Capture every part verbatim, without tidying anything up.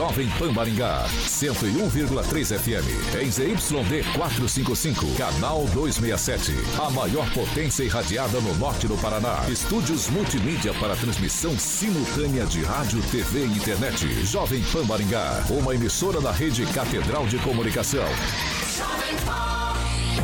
Jovem Pan Maringá, cento e um vírgula três F M, em Z Y D quatrocentos e cinquenta e cinco, canal duzentos e sessenta e sete. A maior potência irradiada no norte do Paraná. Estúdios multimídia para transmissão simultânea de rádio, T V e internet. Jovem Pan Maringá, uma emissora da rede Catedral de Comunicação. Jovem Pan.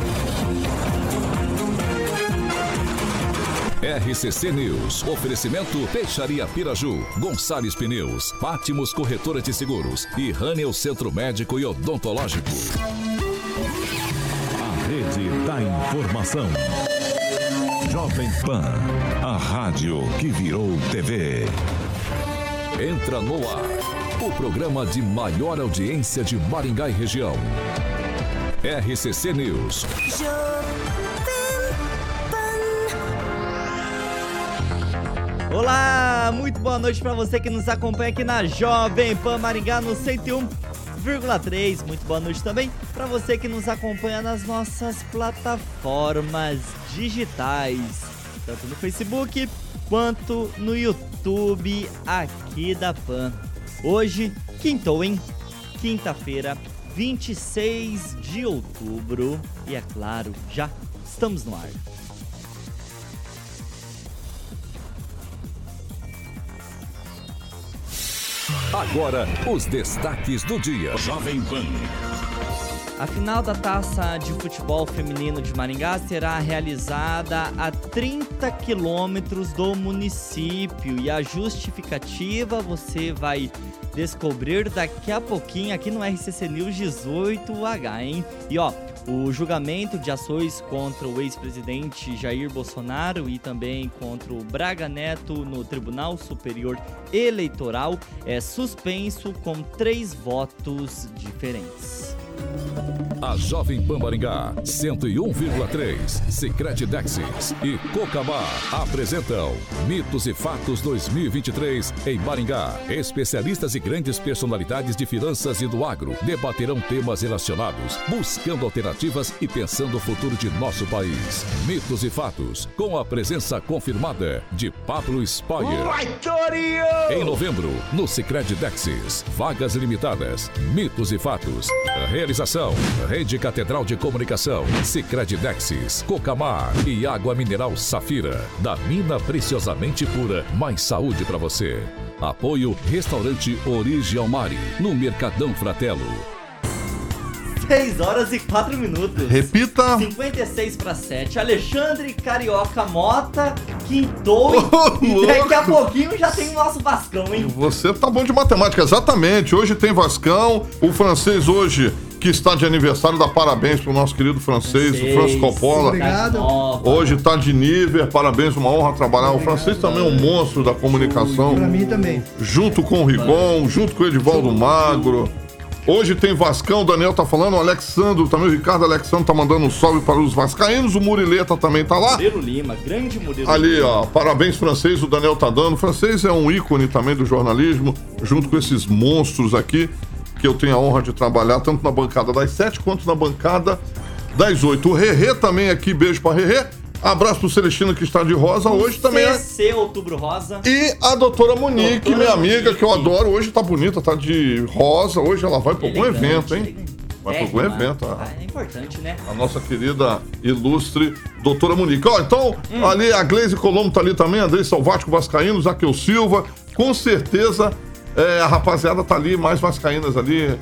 R C C News. Oferecimento Peixaria Piraju, Gonçalves Pneus, Pátimos Corretora de Seguros e Rânel Centro Médico e Odontológico. A Rede da Informação. Jovem Pan, a rádio que virou T V. Entra no ar, o programa de maior audiência de Maringá e região. R C C News. Olá, muito boa noite para você que nos acompanha aqui na Jovem Pan Maringá no cento e um vírgula três. Muito boa noite também para você que nos acompanha nas nossas plataformas digitais, tanto no Facebook quanto no YouTube aqui da Pan. Hoje, quintou, hein? Quinta-feira, vinte e seis de outubro. E é claro, já estamos no ar. Agora, os destaques do dia. Jovem Pan. A final da Taça de Futebol Feminino de Maringá será realizada a trinta quilômetros do município. E a justificativa você vai descobrir daqui a pouquinho aqui no R C C News dezoito H, hein? E ó, o julgamento de ações contra o ex-presidente Jair Bolsonaro e também contra o Braga Neto no Tribunal Superior Eleitoral é suspenso com três votos diferentes. A Jovem Pan Maringá, cento e um vírgula três, Sicredi Dexis e Cocamar apresentam Mitos e Fatos dois mil e vinte e três em Maringá. Especialistas e grandes personalidades de finanças e do agro debaterão temas relacionados, buscando alternativas e pensando o futuro de nosso país. Mitos e Fatos, com a presença confirmada de Pablo Spoyer. Em novembro, no Sicredi Dexis, vagas limitadas. Mitos e Fatos. Realização: Rede Catedral de Comunicação, Sicredi Dexis, Cocamar e Água Mineral Safira. Da mina preciosamente pura, mais saúde para você. Apoio Restaurante Origem Almari, no Mercadão Fratello. seis horas e quatro minutos. Repita. cinquenta e seis para sete. Alexandre Carioca Mota quintou Oh, e daqui louco. a pouquinho já tem o nosso Vascão, hein? Você tá bom de matemática, exatamente. Hoje tem Vascão, o francês hoje, que está de aniversário, dá parabéns pro nosso querido francês, o Francis Coppola. Obrigado. Hoje tá de nível, parabéns, uma honra trabalhar. O francês também é um monstro da comunicação. Pra mim também. Junto com o Rigon, junto com o Edivaldo Magro. Hoje tem Vascão, o Daniel tá falando, o Alexandro, também o Ricardo Alexandro tá mandando um salve para os vascaínos, o Murileta também tá lá. Murilo Lima, grande Murilo Ali, Lima. ó, parabéns francês, o Daniel tá dando. O francês é um ícone também do jornalismo, junto com esses monstros aqui, que eu tenho a honra de trabalhar, tanto na bancada das sete, quanto na bancada das oito. O Rerê também aqui, beijo pra Rerê. Abraço pro Celestino, que está de rosa hoje também. C C Outubro Rosa. E a doutora Monique, Doutora minha amiga, Monique. que eu adoro. Hoje tá bonita, tá de rosa. Hoje ela vai pra algum Elegante, evento, hein? elegante. Vai É, pra algum mano. evento, Ah, é importante, né? a nossa querida, ilustre doutora Monique. Ó, então, Hum. ali a Gleise Colombo tá ali também, Andrei Salvático Vascaíno, Zaqueu Silva. Com certeza, é, a rapaziada tá ali, mais vascaínas ali.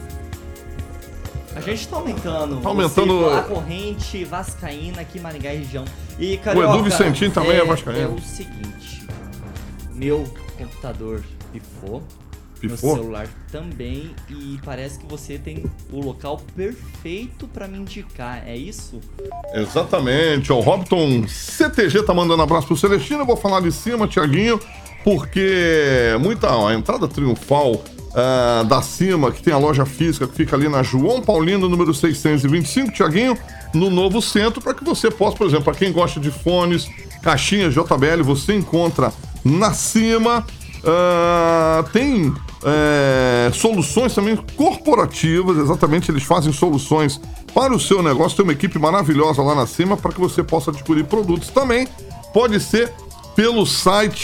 A gente tá aumentando, Tá aumentando- você, a corrente vascaína aqui em Maringá e região. E, O Carioca, Edu Vicentim também é vascaíno. É o seguinte, meu computador pifou, Pifou? meu celular também, e parece que você tem o local perfeito pra me indicar, é isso? Exatamente. Ó, o Robton C T G tá mandando abraço pro Celestino. Eu vou falar de cima, Tiaguinho, porque muita a entrada triunfal ah, da Cima, que tem a loja física, que fica ali na João Paulino, número seiscentos e vinte e cinco, Tiaguinho, no novo centro, para que você possa, por exemplo, para quem gosta de fones, caixinhas J B L, você encontra na Cima. Ah, tem é, soluções também corporativas, exatamente, eles fazem soluções para o seu negócio. Tem uma equipe maravilhosa lá na Cima para que você possa adquirir produtos também. Pode ser pelo site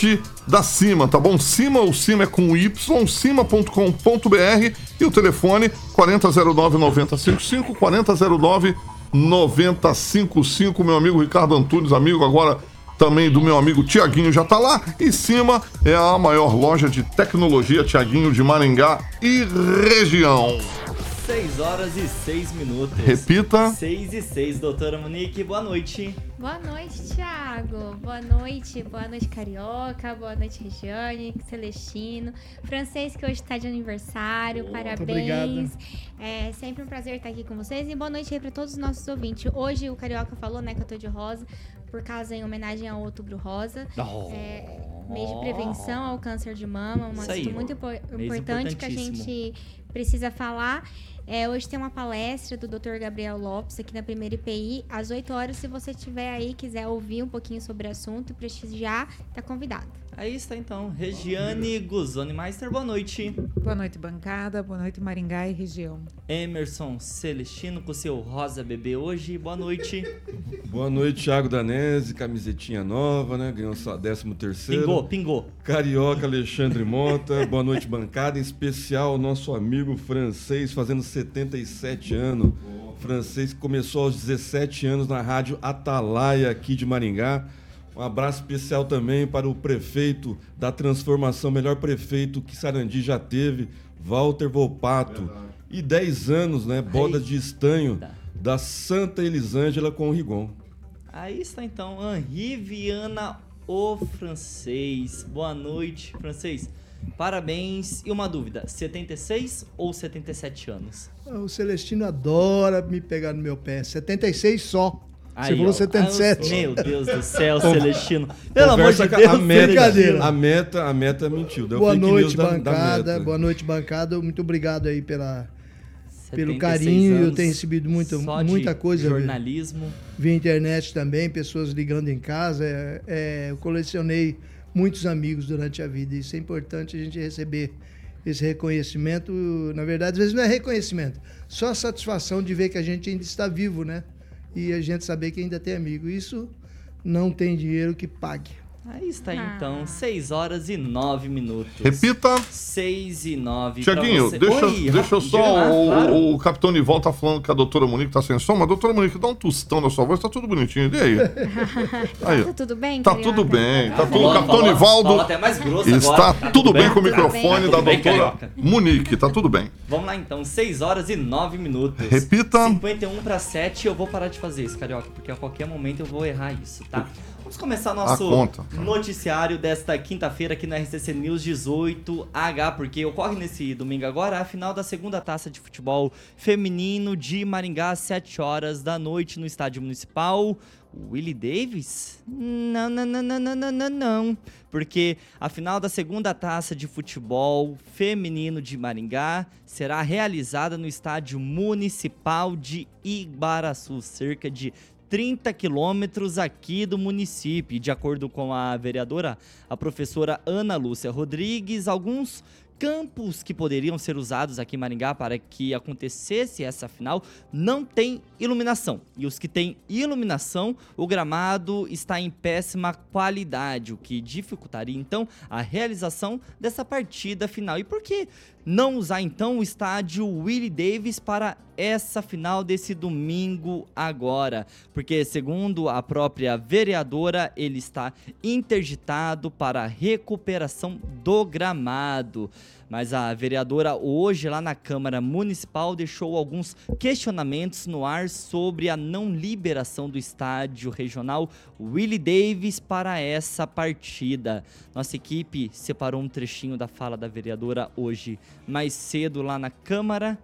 da Cima, tá bom? Cima, o Cima é com Y, cima ponto com ponto b r e o telefone quarenta zero nove noventa cinquenta e cinco, quarenta zero nove noventa cinquenta e cinco, meu amigo Ricardo Antunes, amigo agora também do meu amigo Tiaguinho já tá lá. E Cima é a maior loja de tecnologia Tiaguinho de Maringá e região. seis horas e seis minutos. Repita. seis e seis, doutora Monique, boa noite. Boa noite, Thiago. Boa noite, boa noite, Carioca. Boa noite, Regiane, Celestino. Francês, que hoje está de aniversário. Oh, parabéns. É sempre um prazer estar aqui com vocês. E boa noite aí para todos os nossos ouvintes. Hoje o Carioca falou, né, que eu tô de rosa, por causa em homenagem ao Outubro Rosa. Oh. É, mês de prevenção ao câncer de mama. Um assunto muito impor- importante que a gente precisa falar. É, hoje tem uma palestra do doutor Gabriel Lopes aqui na Primeira I P I, às oito horas. Se você estiver aí e quiser ouvir um pouquinho sobre o assunto e prestigiar, tá convidado. Aí está então, Regiane Guzoni Meister, boa noite. Boa noite, bancada, boa noite, Maringá e região. Emerson Celestino com seu rosa bebê hoje, boa noite. Boa noite, Thiago Danese, camisetinha nova, né? Ganhou sua décimo terceiro. Pingou, pingou. Carioca Alexandre Mota, boa noite, bancada, em especial nosso amigo Francês, fazendo setenta e sete anos. Francês que começou aos dezessete anos na rádio Atalaia aqui de Maringá. Um abraço especial também para o prefeito da transformação, melhor prefeito que Sarandi já teve, Walter Volpato. Verdade. E dez anos, né, boda Aí. de estanho da Santa Elisângela com o Rigon. Aí está então, Henri Viana, o Francês. Boa noite, Francês. Parabéns. E uma dúvida, setenta e seis ou setenta e sete anos? O Celestino adora me pegar no meu pé, setenta e seis só. Aí, você falou setenta e sete. Meu Deus do céu, Celestino. Pelo amor de Deus, a meta, a meta, a meta mentiu. Deu boa noite, da, bancada. Da boa noite, bancada. Muito obrigado aí pela, pelo carinho. Eu tenho recebido muita, muita coisa. Jornalismo. Via internet também, pessoas ligando em casa. É, é, eu colecionei muitos amigos durante a vida. Isso é importante a gente receber esse reconhecimento. Na verdade, às vezes não é reconhecimento, só a satisfação de ver que a gente ainda está vivo, né? E a gente saber que ainda tem amigo. Isso não tem dinheiro que pague. Aí está ah. então, seis horas e nove minutos. Repita. seis e nove. Tiaguinho, deixa, Oi, deixa eu só. lá, o, claro. o capitão Nival tá falando que a doutora Monique tá sem som, mas doutora Monique, dá um tostão na sua voz, tá tudo bonitinho. E aí? aí tá tudo bem, Tá Carioca? tudo bem. Tá Ah, tudo. falou, O capitão falou, Nivaldo falou até mais grosso está agora. tudo, Tá tudo bem, bem com o Tudo microfone bem. da Tudo bem, doutora Carioca. Monique. Tá tudo bem. Vamos lá então, seis horas e nove minutos. Repita. cinquenta e um para sete, eu vou parar de fazer isso, Carioca, porque a qualquer momento eu vou errar isso, tá? Vamos começar nosso noticiário desta quinta-feira aqui na R C C News dezoito H, porque ocorre nesse domingo agora a final da segunda taça de futebol feminino de Maringá, às sete horas da noite no Estádio Municipal. Willie Davis? Não, não, não, não, não, não, não, porque a final da segunda taça de futebol feminino de Maringá será realizada no Estádio Municipal de Ibaraçu, cerca de trinta quilômetros aqui do município. De acordo com a vereadora, a professora Ana Lúcia Rodrigues, alguns campos que poderiam ser usados aqui em Maringá para que acontecesse essa final não tem iluminação. E os que têm iluminação, o gramado está em péssima qualidade, o que dificultaria então a realização dessa partida final. E por que não usar então o estádio Willie Davis para essa final desse domingo agora? Porque segundo a própria vereadora, ele está interditado para a recuperação do gramado. Mas a vereadora hoje lá na Câmara Municipal deixou alguns questionamentos no ar sobre a não liberação do estádio regional Willie Davis para essa partida. Nossa equipe separou um trechinho da fala da vereadora hoje mais cedo lá na Câmara.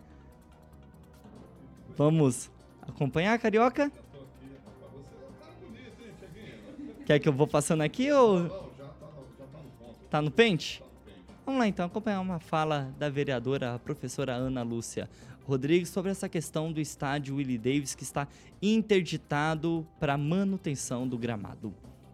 Vamos acompanhar, Carioca? Quer que eu vou passando aqui ou... Tá no pente? Vamos lá então, acompanhar uma fala da vereadora, a professora Ana Lúcia Rodrigues, sobre essa questão do estádio Willie Davis que está interditado para manutenção do gramado.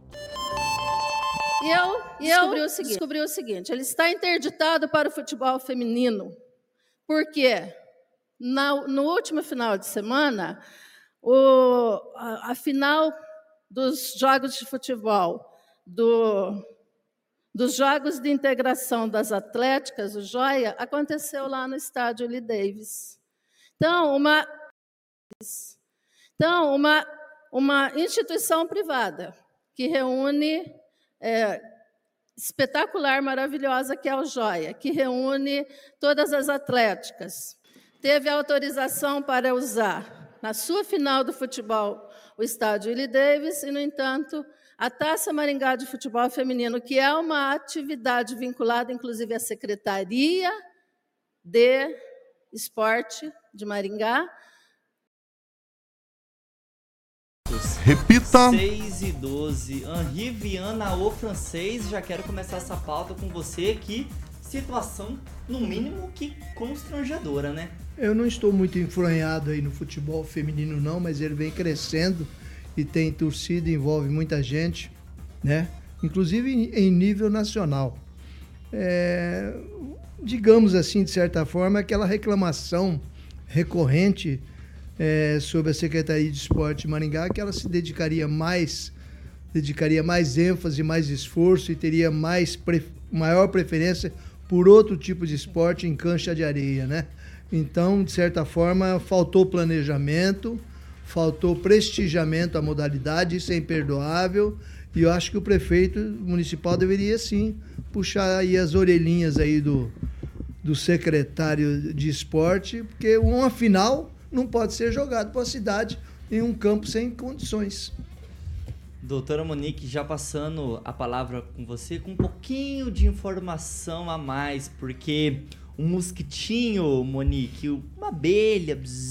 E eu, e eu descobri, o seguinte, descobri o seguinte, ele está interditado para o futebol feminino. Por quê? Na, no último final de semana, o, a, a final dos jogos de futebol do... dos Jogos de Integração das Atléticas, o Joia, aconteceu lá no estádio Willie Davis. Então, uma, então, uma, uma instituição privada que reúne, é, espetacular, maravilhosa, que é o Joia, que reúne todas as atléticas, teve autorização para usar, na sua final do futebol, o estádio Willie Davis, e, no entanto, a Taça Maringá de Futebol Feminino, que é uma atividade vinculada, inclusive, à Secretaria de Esporte de Maringá. Repita. seis e doze. Henri Viana, o francês. Já quero começar essa pauta com você. Que situação, no mínimo, que constrangedora, né? Eu não estou muito enfronhado aí no futebol feminino, não, mas ele vem crescendo. E tem torcida, envolve muita gente, né? Inclusive em nível nacional. É, digamos assim, de certa forma, aquela reclamação recorrente é, sobre a Secretaria de Esporte de Maringá, que ela se dedicaria mais, dedicaria mais ênfase, mais esforço e teria mais pre, maior preferência por outro tipo de esporte em cancha de areia, né? Então, de certa forma, faltou planejamento, faltou prestigiamento à modalidade, isso é imperdoável, e eu acho que o prefeito municipal deveria, sim, puxar aí as orelhinhas aí do, do secretário de esporte, porque uma final não pode ser jogado para a cidade em um campo sem condições. Doutora Monique, já passando a palavra com você, com um pouquinho de informação a mais, porque um mosquitinho, Monique, uma abelha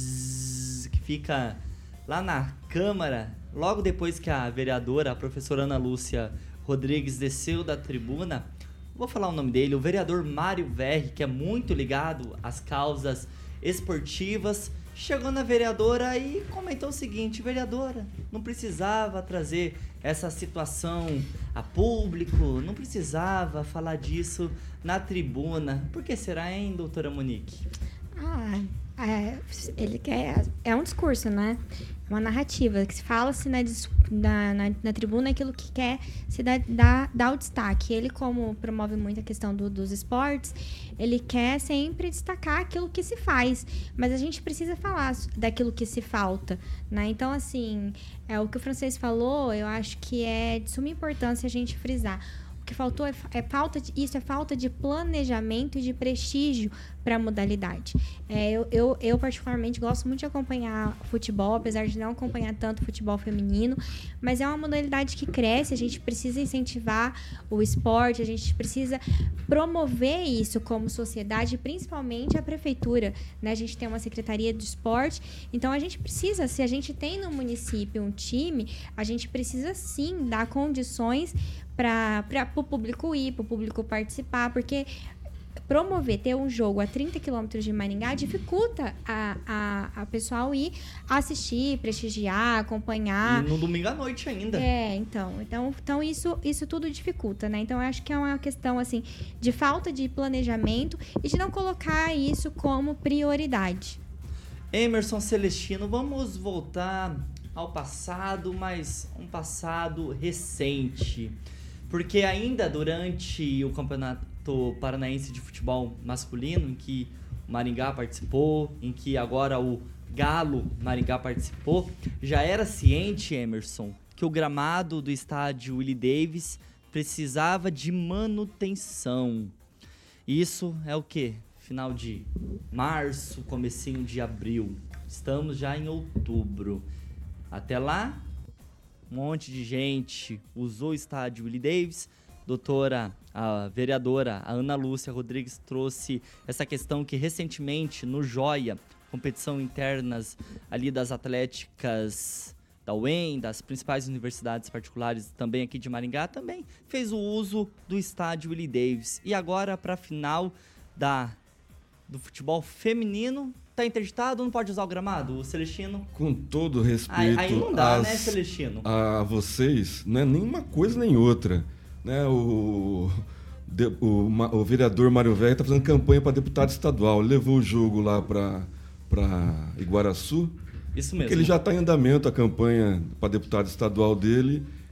bzzz, que fica lá na Câmara, logo depois que a vereadora, a professora Ana Lúcia Rodrigues, desceu da tribuna, vou falar o nome dele, o vereador Mário Verri, que é muito ligado às causas esportivas, chegou na vereadora e comentou o seguinte: vereadora, não precisava trazer essa situação a público, não precisava falar disso na tribuna. Por que será, hein, doutora Monique? Ah, é, ele quer... É um discurso, né? É uma narrativa, que se fala-se na, na, na, na tribuna aquilo que quer se dar, dar, dar o destaque. Ele, como promove muito a questão do, dos esportes, ele quer sempre destacar aquilo que se faz, mas a gente precisa falar daquilo que se falta, né? Então, assim, é, o que o francês falou, eu acho que é de suma importância a gente frisar. O que faltou é, é falta de, isso é falta de planejamento e de prestígio para a modalidade. É, eu, eu, eu, particularmente, gosto muito de acompanhar futebol, apesar de não acompanhar tanto futebol feminino, mas é uma modalidade que cresce, a gente precisa incentivar o esporte, a gente precisa promover isso como sociedade, principalmente a prefeitura, né? A gente tem uma secretaria de esporte, então a gente precisa, se a gente tem no município um time, a gente precisa sim dar condições para o público ir, para o público participar, porque promover, ter um jogo a trinta quilômetros de Maringá dificulta a, a, a pessoal ir assistir, prestigiar, acompanhar. E no domingo à noite ainda. É, então, então, então isso, isso tudo dificulta, né? Então, eu acho que é uma questão, assim, de falta de planejamento e de não colocar isso como prioridade. Emerson Celestino, vamos voltar ao passado, mas um passado recente. Porque ainda durante o Campeonato Paranaense de Futebol Masculino, em que o Maringá participou, em que agora o Galo Maringá participou, já era ciente, Emerson, que o gramado do estádio Willie Davis precisava de manutenção. Isso é o quê? Final de março, comecinho de abril. Estamos já em outubro. Até lá, um monte de gente usou o estádio Willie Davis. Doutora, a vereadora, a Ana Lúcia Rodrigues, trouxe essa questão que recentemente no Joia, competição internas ali das atléticas da U E M, das principais universidades particulares também aqui de Maringá, também fez o uso do estádio Willie Davis. E agora, para a final da, do futebol feminino, tá interditado ou não pode usar o gramado, o Celestino? Com todo respeito aí, aí não dá, às, né, Celestino? a vocês, não é nem uma coisa nem outra. Né? O, de, o, o vereador Mário Verri está fazendo campanha para deputado estadual. Ele levou o jogo lá para Iguaraçu. Isso mesmo. Ele já está em andamento a campanha para deputado estadual dele.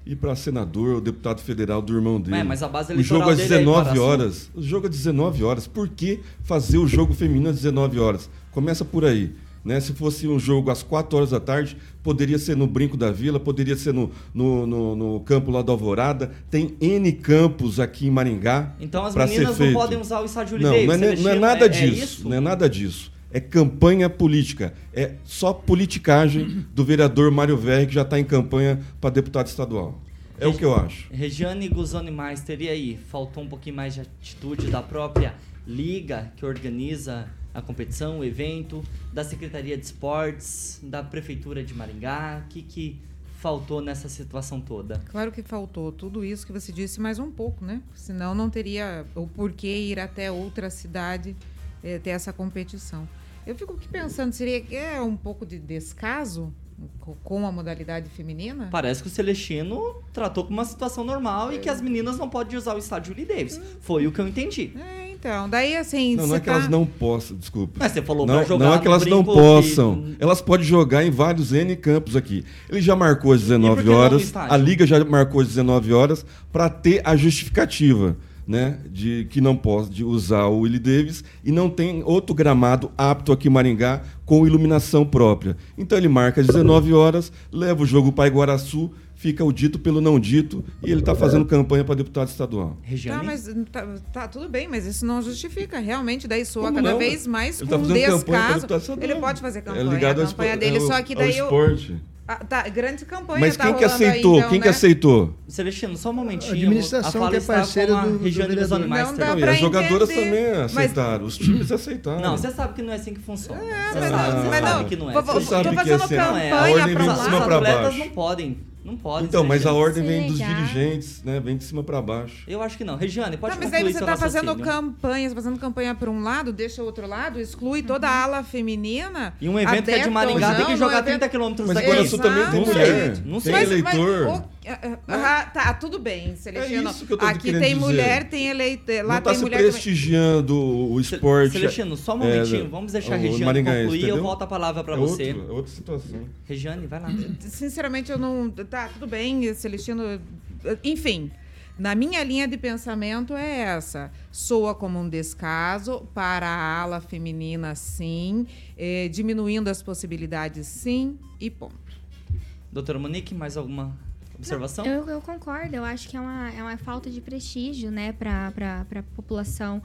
ir para senador, o deputado federal do irmão dele. É, mas a base o jogo eleitoral às dele é dezenove em horas. O jogo às dezenove horas. Por que fazer o jogo feminino às dezenove horas? Começa por aí. Né? Se fosse um jogo às quatro horas da tarde, poderia ser no Brinco da Vila, poderia ser no, no, no, no campo lá da Alvorada. Tem N campos aqui em Maringá. Então as pra meninas ser não feito. podem usar o estádio Não, Davis, não é, não é Celestino, nada é, disso. é isso? Não é nada disso. É campanha política. É só politicagem do vereador Mário Verri, que já está em campanha para deputado estadual. É Regi- o que eu acho. Regiane Guzoni mais teria aí, faltou um pouquinho mais de atitude da própria liga que organiza a competição, o evento, da Secretaria de Esportes, da Prefeitura de Maringá. O que, que faltou nessa situação toda? Claro que faltou tudo isso que você disse, mais um pouco, né? Senão não teria o porquê ir até outra cidade eh, ter essa competição. Eu fico aqui pensando, seria que é um pouco de descaso com a modalidade feminina? Parece que o Celestino tratou como uma situação normal é. e que as meninas não podem usar o estádio Lee Davis. Hum. Foi o que eu entendi. É, então, daí assim... Não, não é que tá... elas não possam, desculpa. Mas você falou não, pra jogar Não é que elas não que... possam. Elas podem jogar em vários N campos aqui. Ele já marcou às dezenove horas, a Liga já marcou às dezenove horas para ter a justificativa. Né, de que não pode usar o Willie Davis e não tem outro gramado apto aqui em Maringá com iluminação própria. Então ele marca às dezenove horas, leva o jogo para Iguaraçu, fica o dito pelo não dito e ele está fazendo campanha para deputado estadual. Regiane? Tá, mas tá, tá tudo bem, mas isso não justifica. Realmente, daí soa Como cada não? vez mais ele com tá descaso. Ele pode fazer campanha, é ligado a campanha ao, dele, é o, só que daí ao esporte. Eu... Ah, tá, grande campanha. Mas tá quem que aceitou? Aí, então, quem né? que aceitou? Celestino, só um momentinho. A administração a que é parceira do, do Regiane vereador. Não dá Não, e pra as jogadoras entender, também aceitaram, mas... os times aceitaram. Não, você sabe que não é assim que funciona. É, você mas sabe, não, você mas sabe não. que não é. Vou, vou, Você sabe tô que fazendo é assim, campanha a ordem vem pra de lá. cima Os pra atletas baixo. não podem. Não podem. Então, mas a Regiane. ordem vem dos Legal. dirigentes, né? Vem de cima para baixo. Eu acho que não. Regiane, pode Tá, mas concluir aí você seu está fazendo raciocínio. campanha, você tá fazendo campanha para um lado, deixa o outro lado, exclui toda a ala feminina. E um evento que é de aberta Maringá ou tem que não, jogar no trinta evento- quilômetros Mas daqui. Iguaraçu também tem Exato. mulher, Não tem sei. Mas- eleitor. mas o- ah, tá, tudo bem, Celestino. É isso que eu tô Aqui querendo tem dizer. mulher, tem eleitor. Lá Não está tem se mulher. também. prestigiando o esporte. Celestino, só um momentinho. é, Vamos deixar a o Regiane maringaense, concluir e eu entendeu? volto a palavra para é você. Outro, é outra situação. Regiane, vai lá. Sinceramente, eu não. Tá, tudo bem, Celestino. Enfim. Na minha linha de pensamento é essa. Soa como um descaso para a ala feminina, sim. Eh, diminuindo as possibilidades, sim. E ponto. Doutora Monique, mais alguma observação? Eu, eu concordo, eu acho que é uma, é uma falta de prestígio, né, para a população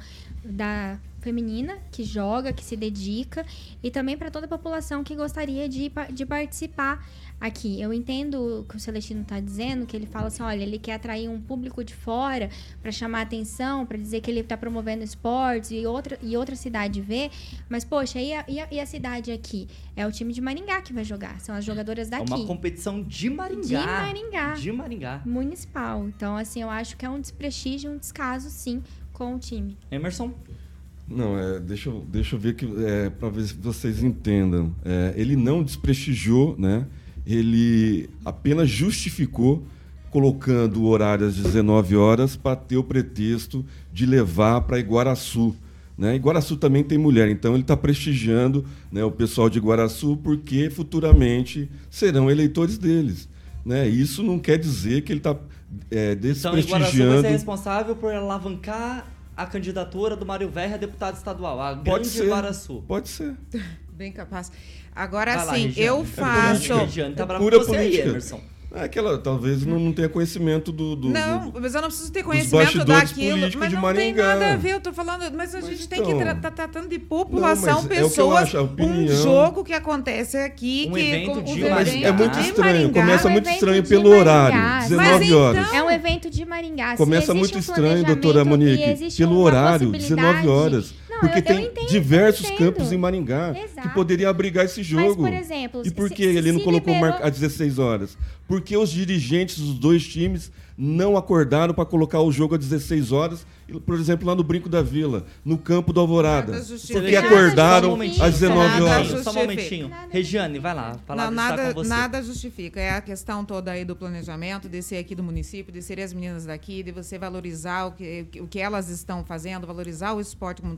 da feminina que joga, que se dedica, e também para toda a população que gostaria de, de participar aqui. Eu entendo o que o Celestino está dizendo, que ele fala assim, olha, ele quer atrair um público de fora para chamar atenção, para dizer que ele está promovendo esportes e outra, e outra cidade vê, mas, poxa, e a, e, a, e a cidade aqui? É o time de Maringá que vai jogar, são as jogadoras daqui. É uma competição de Maringá. De Maringá. De Maringá. Municipal. Então, assim, eu acho que é um desprestígio, um descaso, sim, com o time. Emerson? Não, é, deixa, eu, deixa eu ver que é, para ver se vocês entendam. É, ele não desprestigiou, né? Ele apenas justificou colocando o horário às dezenove horas para ter o pretexto de levar para Iguaraçu. Né? Iguaraçu também tem mulher, então ele está prestigiando, né, o pessoal de Iguaraçu porque futuramente serão eleitores deles. Né? Isso não quer dizer que ele está é, desprestigiando... Então, Iguaraçu vai ser responsável por alavancar a candidatura do Mário Verri a deputado estadual, a Pode grande ser, Iguaraçu. Pode ser. Bem capaz. Agora Vai lá, sim, Regiane. eu faço. A Regiane tá brava Pura com você aí, política. Emerson. É que ela talvez não, não tenha conhecimento do, do, Não, do- mas eu não preciso ter dos conhecimento bastidores daquilo. políticos Mas de não tem Maringá. nada a ver, eu tô falando. Mas a Mas gente então- tem que estar tratando de população, Não, mas é o que eu pessoas. acho, a um opinião. jogo que acontece aqui. Um que, evento com- de o Mas Maringá. é muito de estranho. Maringá. Começa É um muito evento estranho de pelo Maringá. horário. Mas dezenove então- horas. É um evento de Maringá. Se Começa existe muito um estranho, doutora planejamento e Monique, existe pelo uma horário, possibilidade- dezenove horas. Não, porque eu- eu tem entendo, diversos eu entendo. campos em Maringá que Exato. poderiam abrigar esse jogo. Mas, por exemplo, e por se- que se- ele não se colocou liberou- marca às dezesseis horas? Porque os dirigentes dos dois times não acordaram para colocar o jogo às dezesseis horas, por exemplo, lá no Brinco da Vila, no campo do Alvorada. Nada justifica. Porque Nada acordaram justifica. às dezenove Nada horas. justifica. Só um momentinho. Regiane, vai lá. A palavra Não, está nada, com você. nada justifica. É a questão toda aí do planejamento, de ser aqui do município, de serem as meninas daqui, de você valorizar o que, o que elas estão fazendo, valorizar o esporte como um todo.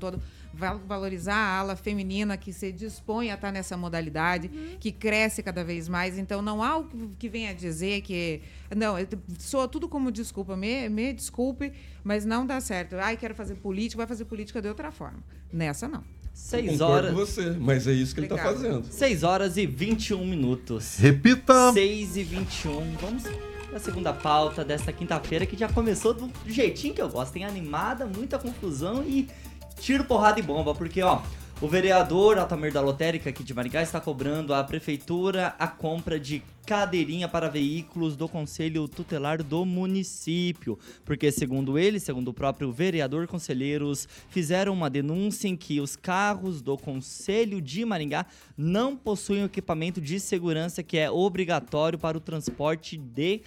valorizar a ala feminina que se dispõe a estar nessa modalidade, uhum. que cresce cada vez mais. Então, não há o que venha dizer que... Não, soa tudo como desculpa. Me, me desculpe, mas não dá certo. Ai, quero fazer política, vai fazer política de outra forma. Nessa, não. Seis horas. Com você, mas é isso que Obrigado. ele está fazendo. seis horas e vinte e um minutos. Repita. seis e vinte e um. Vamos para a segunda pauta desta quinta-feira, que já começou do jeitinho que eu gosto. Tem animada, muita confusão e tiro, porrada e bomba. Porque, ó, o vereador Altamir da Lotérica aqui de Maringá está cobrando à prefeitura a compra de cadeirinha para veículos do Conselho Tutelar do município. Porque, segundo ele, segundo o próprio vereador, conselheiros fizeram uma denúncia em que os carros do Conselho de Maringá não possuem equipamento de segurança que é obrigatório para o transporte de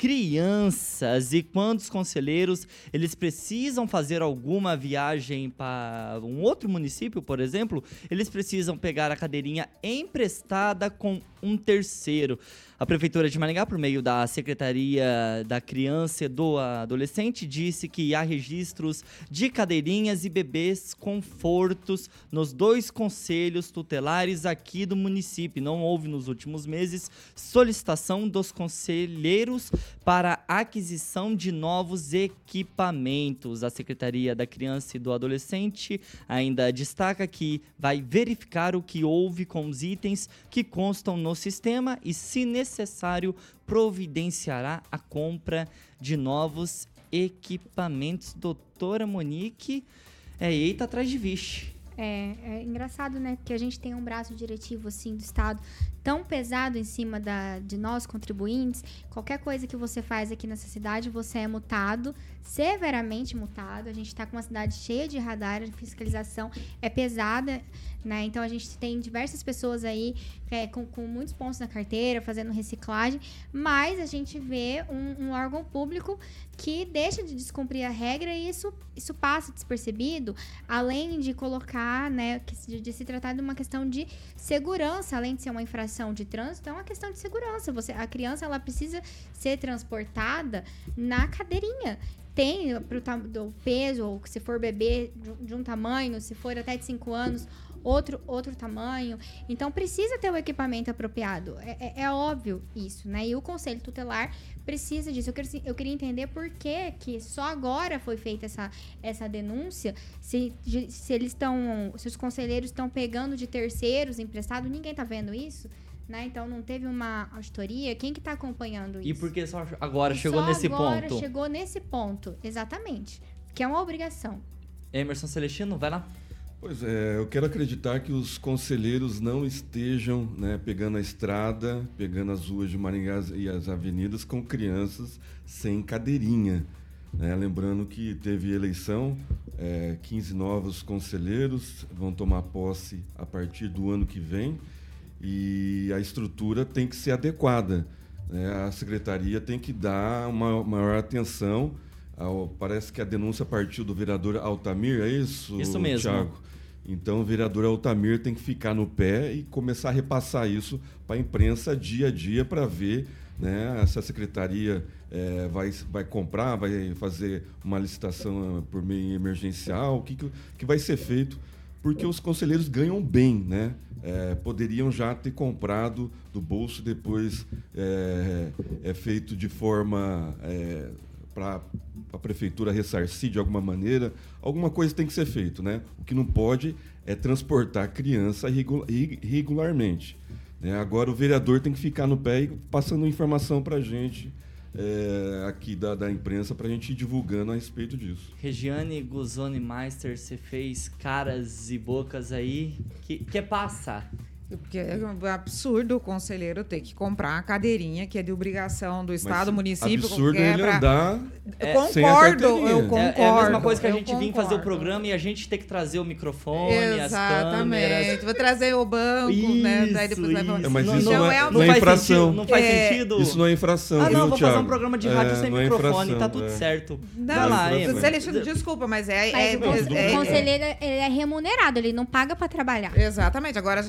crianças. E quando os conselheiros eles precisam fazer alguma viagem para um outro município, por exemplo, eles precisam pegar a cadeirinha emprestada com um terceiro. A Prefeitura de Maringá, por meio da Secretaria da Criança e do Adolescente, disse que há registros de cadeirinhas e bebês confortos nos dois conselhos tutelares aqui do município. Não houve nos últimos meses solicitação dos conselheiros para aquisição de novos equipamentos. A Secretaria da Criança e do Adolescente ainda destaca que vai verificar o que houve com os itens que constam no sistema e, se necessário, providenciará a compra de novos equipamentos. Doutora Monique, é eita atrás de vixe. É, é engraçado, né? Porque a gente tem um braço diretivo, assim, do Estado tão pesado em cima da, de nós, contribuintes. Qualquer coisa que você faz aqui nessa cidade, você é multado, severamente multado. A gente está com uma cidade cheia de radar, a fiscalização é pesada, né? Então, a gente tem diversas pessoas aí é, com, com muitos pontos na carteira, fazendo reciclagem, mas a gente vê um, um órgão público que deixa de descumprir a regra e isso, isso passa despercebido, além de colocar, né, de, de se tratar de uma questão de segurança, além de ser uma infração de trânsito, é uma questão de segurança. Você, a criança, ela precisa ser transportada na cadeirinha. Tem pro do peso, ou se for bebê de, de um tamanho, se for até de cinco anos, outro, outro tamanho. Então, precisa ter o equipamento apropriado. É, é, é óbvio isso, né? E o Conselho Tutelar precisa disso. Eu, quero, eu queria entender por que, que só agora foi feita essa, essa denúncia, se, se eles estão, se os conselheiros estão pegando de terceiros emprestados, ninguém está vendo isso? Né? Então, não teve uma auditoria. Quem que está acompanhando isso? E por que só agora e chegou só nesse agora ponto? chegou nesse ponto, exatamente. Que é uma obrigação. Emerson Celestino, vai lá. Pois é, eu quero acreditar que os conselheiros não estejam, né, pegando a estrada, pegando as ruas de Maringá e as avenidas com crianças sem cadeirinha. Né? Lembrando que teve eleição, é, quinze novos conselheiros vão tomar posse a partir do ano que vem, e a estrutura tem que ser adequada, né? A secretaria tem que dar uma maior atenção ao, parece que a denúncia partiu do vereador Altamir, é isso, Isso mesmo. Thiago? Então o vereador Altamir tem que ficar no pé e começar a repassar isso para a imprensa dia a dia para ver, né, se a secretaria é, vai, vai comprar, vai fazer uma licitação por meio emergencial, o que, que vai ser feito, porque os conselheiros ganham bem, né? É, poderiam já ter comprado do bolso, depois é, é feito de forma é, para a prefeitura ressarcir de alguma maneira. Alguma coisa tem que ser feito, né? O que não pode é transportar a criança irregularmente. Né? Agora o vereador tem que ficar no pé e passando informação para a gente é, aqui da, da imprensa, para a gente ir divulgando a respeito disso. Regiane Guzoni Meister, você fez caras e bocas aí. Que, que passa? Porque é um absurdo o conselheiro ter que comprar a cadeirinha, que é de obrigação do Estado, Mas município. absurdo que é ele pra... andar Eu é, concordo, sem a carteirinha. eu concordo. É, é a mesma coisa que a gente eu vir fazer o concordo. programa e a gente ter que trazer o microfone, as Exatamente. câmeras. Vou trazer o banco, né? Daí depois vai Isso, É, mas não, isso não, não é- não não é faz infração. sentido, não faz É, sentido. Isso não é infração, Ah, não, viu, vou fazer um Thiago? programa de rádio É, sem não é microfone, infração, tá tudo é. certo. Não, Vai lá, não, Emerson. Celestino, desculpa, mas é... Mas é, o, con- é, o é- conselheiro ele é remunerado, ele não paga para trabalhar. Exatamente. Agora a gente vai ficar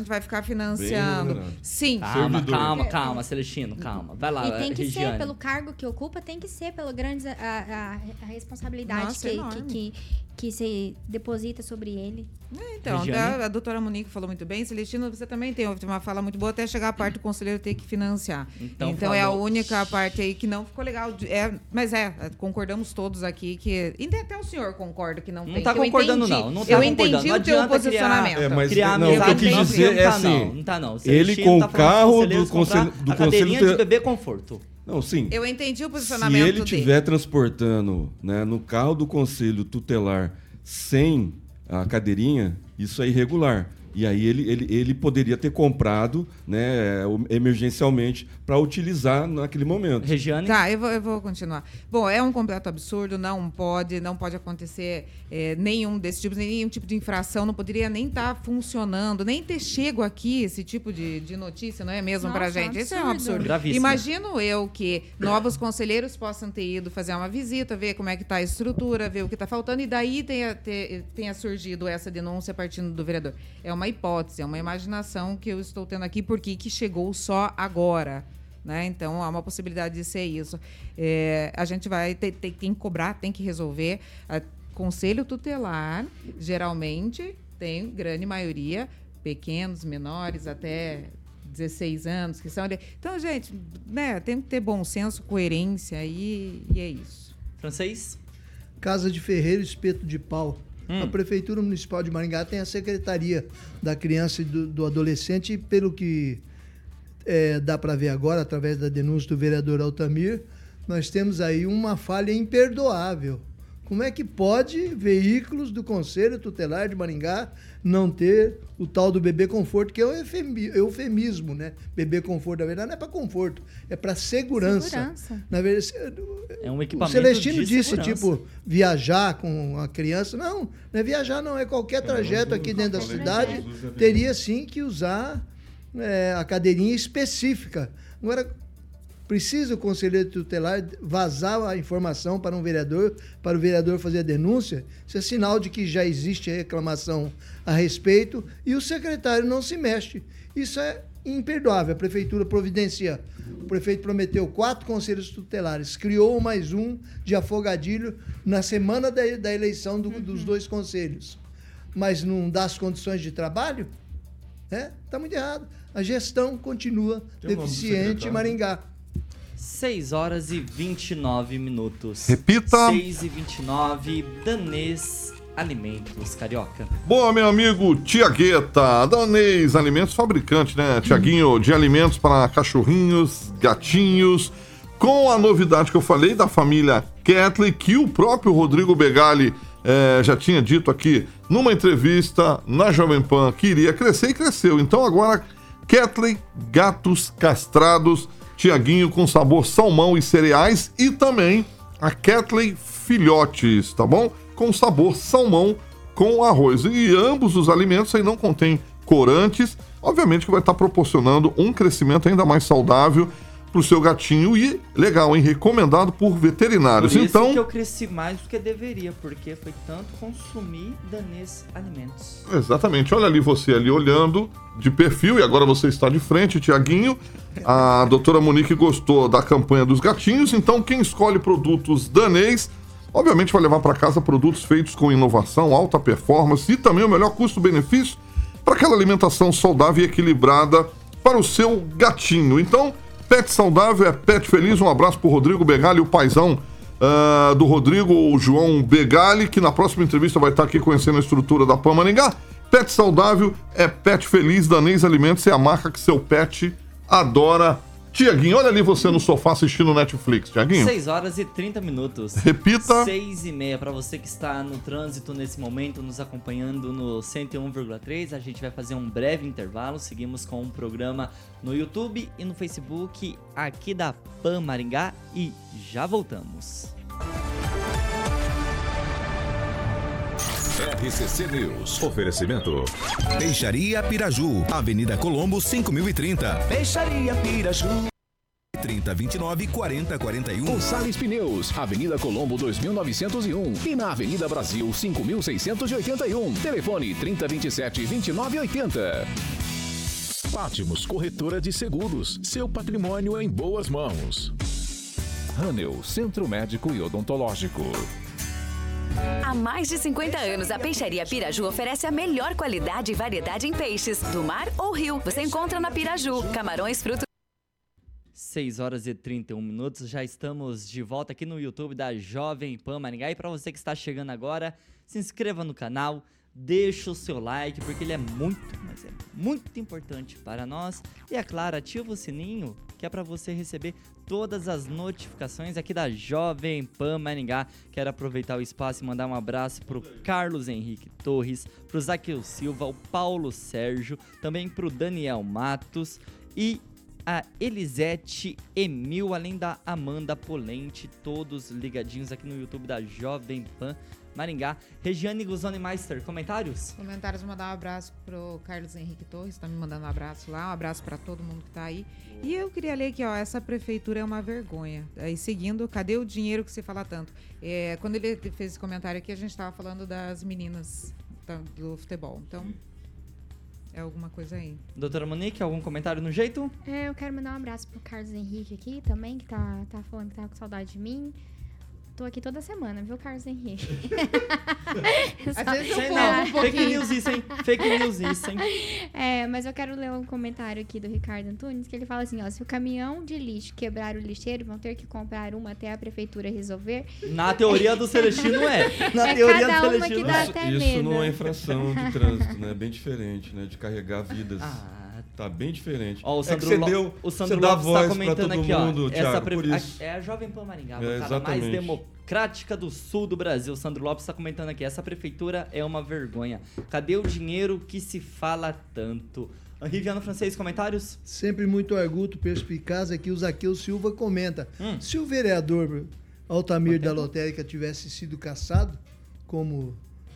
financiando. Sim. Calma, calma, calma, Celestino, calma. Vai lá, E tem que Regiane. ser, pelo cargo que ocupa, tem que ser, pelo grande a, a, a responsabilidade Nossa, que, enorme. que, que, que se deposita sobre ele. É, então, a, a doutora Monique falou muito bem. Celestino, você também tem uma fala muito boa, até chegar a parte do conselheiro ter que financiar. Então, Então, é a única parte aí que não ficou legal. de- É, mas é, concordamos todos aqui que... E até o senhor concorda que não, Não tem. tá que eu concordando, entendi. não. Não tá eu concordando. entendi Não o teu adianta posicionamento. É, mas Criar não, o que eu amizade quis não, dizer não é tá, assim, não, não tá, não. ele Celestino com tá o falando carro pros conselheiros do conselho- comprar do a cadeirinha conselho de ter- bebê conforto. Não, sim. Eu entendi o Se posicionamento ele dele. estiver transportando, né, no carro do conselho tutelar sem a cadeirinha, isso é irregular. E aí ele, ele, ele poderia ter comprado, né, emergencialmente para utilizar naquele momento. Regiane? Tá, eu vou, eu vou continuar. Bom, é um completo absurdo, não pode, não pode acontecer é, nenhum desses tipos, nenhum tipo de infração, não poderia nem estar funcionando, nem ter chego aqui esse tipo de, de notícia, não é mesmo, Nossa, pra gente? Isso é um absurdo. absurdo. Gravíssimo. Imagino eu que novos conselheiros possam ter ido fazer uma visita, ver como é que está a estrutura, ver o que está faltando, e daí tenha, ter- tenha surgido essa denúncia partindo do vereador. É uma hipótese, é uma imaginação que eu estou tendo aqui, porque que chegou só agora. Né? Então, há uma possibilidade de ser isso. É, a gente vai ter, ter- tem que cobrar, tem que resolver. A, conselho tutelar, geralmente, tem grande maioria, pequenos, menores, até dezesseis anos, que são... Então, gente, né, tem que ter bom senso, coerência, e, e é isso. Francês? Casa de Ferreiro, Espeto de Pau. Hum. A Prefeitura Municipal de Maringá tem a Secretaria da Criança e do, do Adolescente, e pelo que é, dá para ver agora, através da denúncia do vereador Altamir, nós temos aí uma falha imperdoável. Como é que pode veículos do Conselho Tutelar de Maringá não ter o tal do bebê conforto, que é um eufemi- eufemismo, né? Bebê conforto, na verdade, não é para conforto, é para segurança. Segurança. Na verdade, É um o equipamento Celestino de disse, segurança. tipo, viajar com a criança. Não, não é viajar, não. É qualquer trajeto aqui dentro da Qualquer cidade, trajeto. teria sim que usar é, a cadeirinha específica. Agora, precisa o conselheiro tutelar vazar a informação para um vereador, para o vereador fazer a denúncia? Isso é sinal de que já existe reclamação a respeito e o secretário não se mexe. Isso é imperdoável. A prefeitura providencia. O prefeito prometeu quatro conselhos tutelares, criou mais um de afogadilho na semana da, da eleição do- dos dois conselhos. Mas não dá as condições de trabalho? Está muito errado. A gestão continua Tem o nome do deficiente em secretário. Maringá. seis horas e vinte e nove minutos. Repita. seis e vinte e nove, Danês Alimentos, Carioca. Boa, meu amigo Tiagueta, Danês Alimentos, fabricante, né, Tiaguinho, de alimentos para cachorrinhos, gatinhos, com a novidade que eu falei da família Ketley, que o próprio Rodrigo Begali eh, já tinha dito aqui numa entrevista na Jovem Pan que iria crescer e cresceu. Então agora, Ketley, gatos castrados, Tiaguinho com sabor salmão e cereais, e também a Ketley Filhotes, tá bom? Com sabor salmão com arroz. E ambos os alimentos aí não contêm corantes, obviamente que vai estar proporcionando um crescimento ainda mais saudável para o seu gatinho e legal, hein? Recomendado por veterinários. Por isso Então, que eu cresci mais do que deveria, porque foi tanto consumir Danês Alimentos. exatamente. Olha ali você ali olhando de perfil e agora você está de frente, Tiaguinho. A doutora Monique gostou da campanha dos gatinhos, então quem escolhe produtos Danês, obviamente vai levar para casa produtos feitos com inovação, alta performance e também o melhor custo-benefício para aquela alimentação saudável e equilibrada para o seu gatinho. Então, pet saudável é pet feliz. Um abraço pro Rodrigo Begali, o paizão uh, do Rodrigo, o João Begali, que na próxima entrevista vai estar aqui conhecendo a estrutura da Pan Maringá. Pet saudável é pet feliz. Danês Alimentos é a marca que seu pet adora. Tiaguinho, olha ali você no sofá assistindo Netflix, Tiaguinho. seis horas e trinta minutos. Repita. seis e meia. Para você que está no trânsito nesse momento, nos acompanhando no cento e um vírgula três, a gente vai fazer um breve intervalo. Seguimos com um programa no YouTube e no Facebook aqui da Pan Maringá e já voltamos. R C C News. Oferecimento. Peixaria Piraju, Avenida Colombo, cinco mil e trinta. Peixaria Piraju. trinta, vinte e nove, quarenta, quarenta e um. Gonçalves Pneus, Avenida Colombo dois mil novecentos e um e na Avenida Brasil cinco mil seiscentos e oitenta e um. Telefone trinta, vinte e sete, vinte e nove, oitenta. Fátimos Corretora de Seguros. Seu patrimônio em boas mãos. Hânel, Centro Médico e Odontológico. Há mais de cinquenta anos, a Peixaria Piraju oferece a melhor qualidade e variedade em peixes, do mar ou rio. Você encontra na Piraju, camarões, frutos... seis horas e trinta e um minutos, já estamos de volta aqui no YouTube da Jovem Pan Maringá. E para você que está chegando agora, se inscreva no canal, deixa o seu like, porque ele é muito, mas é muito importante para nós. E é claro, ativa o sininho, que é para você receber todas as notificações aqui da Jovem Pan Maringá. Quero aproveitar o espaço e mandar um abraço pro Carlos Henrique Torres, pro Zaqueu Silva, o Paulo Sérgio, também pro Daniel Matos e a Elisete Emil, além da Amanda Polente, todos ligadinhos aqui no YouTube da Jovem Pan Maringá. Regiane Guzoni Meister, comentários? Comentários, mandar um abraço pro Carlos Henrique Torres, tá me mandando um abraço lá, um abraço para todo mundo que tá aí. E eu queria ler aqui, ó, essa prefeitura é uma vergonha. Aí seguindo, cadê o dinheiro que se fala tanto? É, quando ele fez esse comentário aqui, a gente tava falando das meninas do futebol, então é alguma coisa aí. Doutora Monique, algum comentário no jeito? É, eu quero mandar um abraço pro Carlos Henrique aqui também, que tá, tá falando que tá com saudade de mim. Tô aqui toda semana, viu, Carlos Henrique? Às vezes eu não, um fake news isso, hein? Fake news isso, hein? É, mas eu quero ler um comentário aqui do Ricardo Antunes, que ele fala assim, ó, se o caminhão de lixo quebrar o lixeiro, vão ter que comprar uma até a prefeitura resolver. Na teoria do Celestino é. Na é teoria cada do uma Celestino que dá é. até Isso medo. não é infração de trânsito, né? É bem diferente, né? De carregar vidas. Ah. Tá bem diferente. Ó, o Sandro, é que você Lo... deu, o Sandro você dá Lopes voz tá comentando pra todo aqui, mundo, ó. Thiago, Essa pre... por isso. É a Jovem Pan Maringá, a É, bancada mais exatamente. democrática do sul do Brasil. O Sandro Lopes tá comentando aqui, essa prefeitura é uma vergonha. Cadê o dinheiro que se fala tanto? Riviano Francês, comentários? Sempre muito arguto, perspicaz, aqui o Zaqueu Silva comenta. Hum. Se o vereador Altamir da Lotérica tivesse sido cassado, como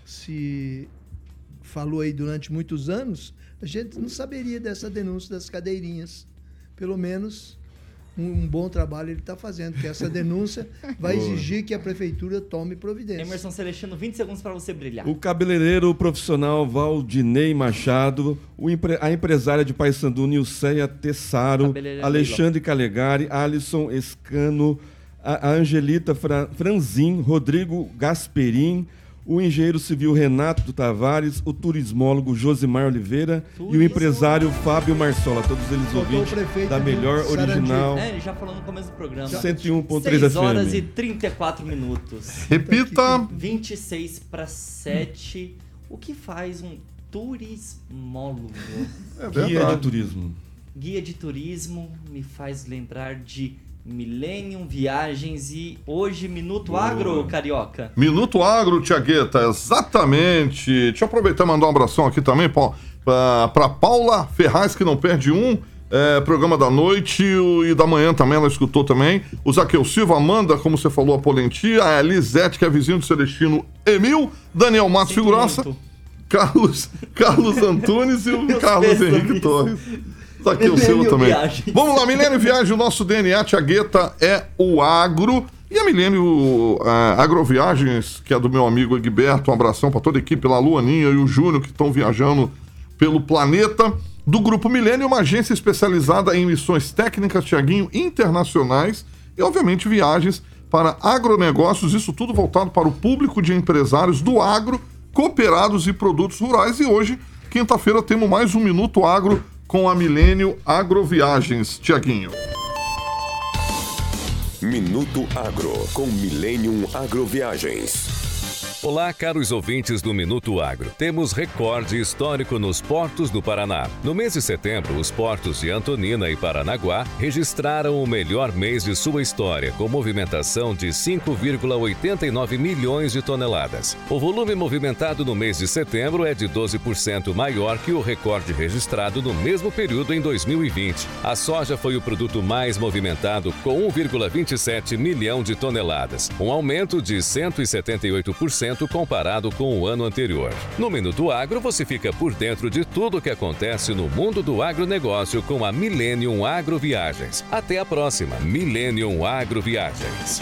se falou aí durante muitos anos, a gente não saberia dessa denúncia das cadeirinhas. Pelo menos um, um bom trabalho ele está fazendo, porque essa denúncia vai exigir que a prefeitura tome providência. Emerson Celestino, vinte segundos para você brilhar. O cabeleireiro profissional Valdinei Machado, o empre... a empresária de Paysandu Nilceia Tessaro, Alexandre Calegari, Alisson Escano, a a Angelita Fra... Franzin, Rodrigo Gasperim, o engenheiro civil Renato Tavares, o turismólogo Josimar Oliveira Turismo. e o empresário Fábio Marsola, todos eles Faltou ouvintes da melhor original. É, ele já falou no começo do programa. cento e um ponto três F M. seis horas e trinta e quatro minutos. Repita. vinte e seis para sete. O que faz um turismólogo? É Guia de turismo. Guia de turismo me faz lembrar de Millennium Viagens e hoje Minuto Boa. Agro, Carioca. Minuto Agro, Tiagueta, exatamente. Deixa eu aproveitar e mandar um abração aqui também para Paula Ferraz, que não perde um é, programa da noite e da manhã também, ela escutou também. O Zaqueu Silva, Amanda, como você falou, a Polenti, a Elisete, que é vizinho do Celestino Emil, Daniel Matos Figuraça, Carlos, Carlos Antunes e o Meus Carlos Henrique Torres. Tá aqui o seu também. Viagens. Vamos lá, Milênio Viagem, o nosso D N A, Tiagueta, é o agro. E a Milênio uh, Agroviagens, que é do meu amigo Egberto, um abração para toda a equipe lá, Luaninha e o Júnior, que estão viajando pelo planeta. Do Grupo Milênio, uma agência especializada em missões técnicas, Tiaguinho, internacionais e, obviamente, viagens para agronegócios, isso tudo voltado para o público de empresários do agro, cooperados e produtos rurais. E hoje, quinta-feira, temos mais um Minuto Agro com a Milênio Agroviagens. Tiaguinho. Minuto Agro, com Millennium Agroviagens. Olá, caros ouvintes do Minuto Agro. Temos recorde histórico nos portos do Paraná. No mês de setembro, os portos de Antonina e Paranaguá registraram o melhor mês de sua história, com movimentação de cinco vírgula oitenta e nove milhões de toneladas. O volume movimentado no mês de setembro é de doze por cento maior que o recorde registrado no mesmo período em dois mil e vinte. A soja foi o produto mais movimentado, com um vírgula vinte e sete milhão de toneladas, um aumento de cento e setenta e oito por cento comparado com o ano anterior. No Minuto Agro, você fica por dentro de tudo o que acontece no mundo do agronegócio com a Millennium Agroviagens. Até a próxima, Millennium Agroviagens.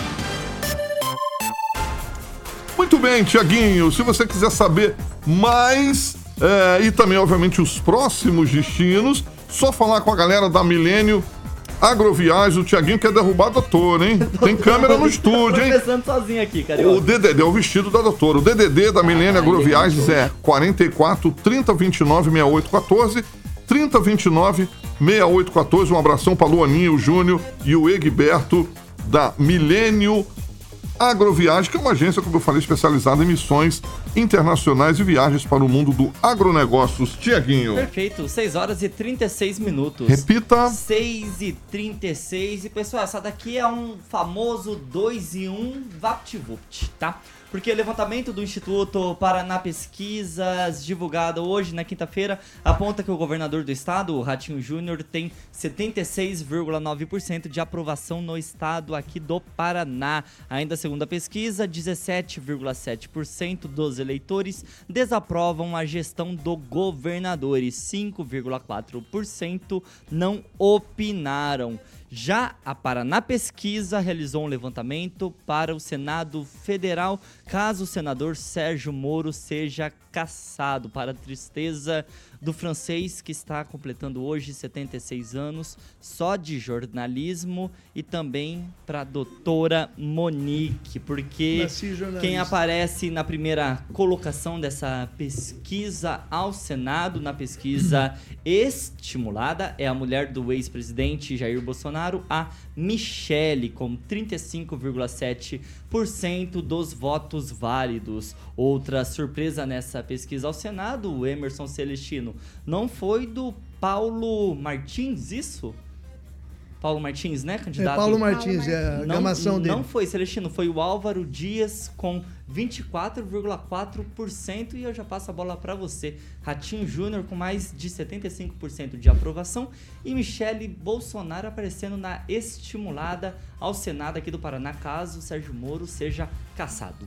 Muito bem, Tiaguinho, se você quiser saber mais é, e também, obviamente, os próximos destinos, Só falar com a galera da Milênio Agroviagens, o Tiaguinho quer derrubar a doutora, hein? Tem câmera no estúdio, hein? Tô pensando sozinho aqui, Carioca. O D D D é o vestido da doutora. O D D D da Milênio Agroviagens é quarenta e quatro, trinta, vinte e nove, sessenta e oito, quatorze, trinta, vinte e nove, sessenta e oito, quatorze. Um abração para Luaninha, o Júnior e o Egberto da Milênio Agroviagem, que é uma agência, como eu falei, especializada em missões internacionais e viagens para o mundo do agronegócios. Tiaguinho. Perfeito, seis horas e trinta e seis minutos. Repita. seis e trinta e seis. E pessoal, essa daqui é um famoso dois em um VaptVupt, tá? Porque o levantamento do Instituto Paraná Pesquisas, divulgado hoje, na quinta-feira, aponta que o governador do estado, o Ratinho Júnior, tem setenta e seis vírgula nove por cento de aprovação no estado aqui do Paraná. Ainda segundo a pesquisa, dezessete vírgula sete por cento dos eleitores desaprovam a gestão do governador e cinco vírgula quatro por cento não opinaram. Já a Paraná Pesquisa realizou um levantamento para o Senado Federal, caso o senador Sérgio Moro seja cassado, para a tristeza do francês, que está completando hoje setenta e seis anos, só de jornalismo, e também para a doutora Monique, porque quem aparece na primeira colocação dessa pesquisa ao Senado, na pesquisa estimulada, é a mulher do ex-presidente Jair Bolsonaro, a Michele, com trinta e cinco vírgula sete por cento dos votos válidos. Outra surpresa nessa pesquisa ao Senado, o Emerson Celestino, não foi do Paulo Martins, isso? Paulo Martins, né, candidato? É Paulo Martins, é a gamação dele. Não foi, Celestino, foi o Álvaro Dias com vinte e quatro vírgula quatro por cento, e eu já passo a bola para você. Ratinho Júnior com mais de setenta e cinco por cento de aprovação e Michele Bolsonaro aparecendo na estimulada ao Senado aqui do Paraná, caso o Sérgio Moro seja cassado.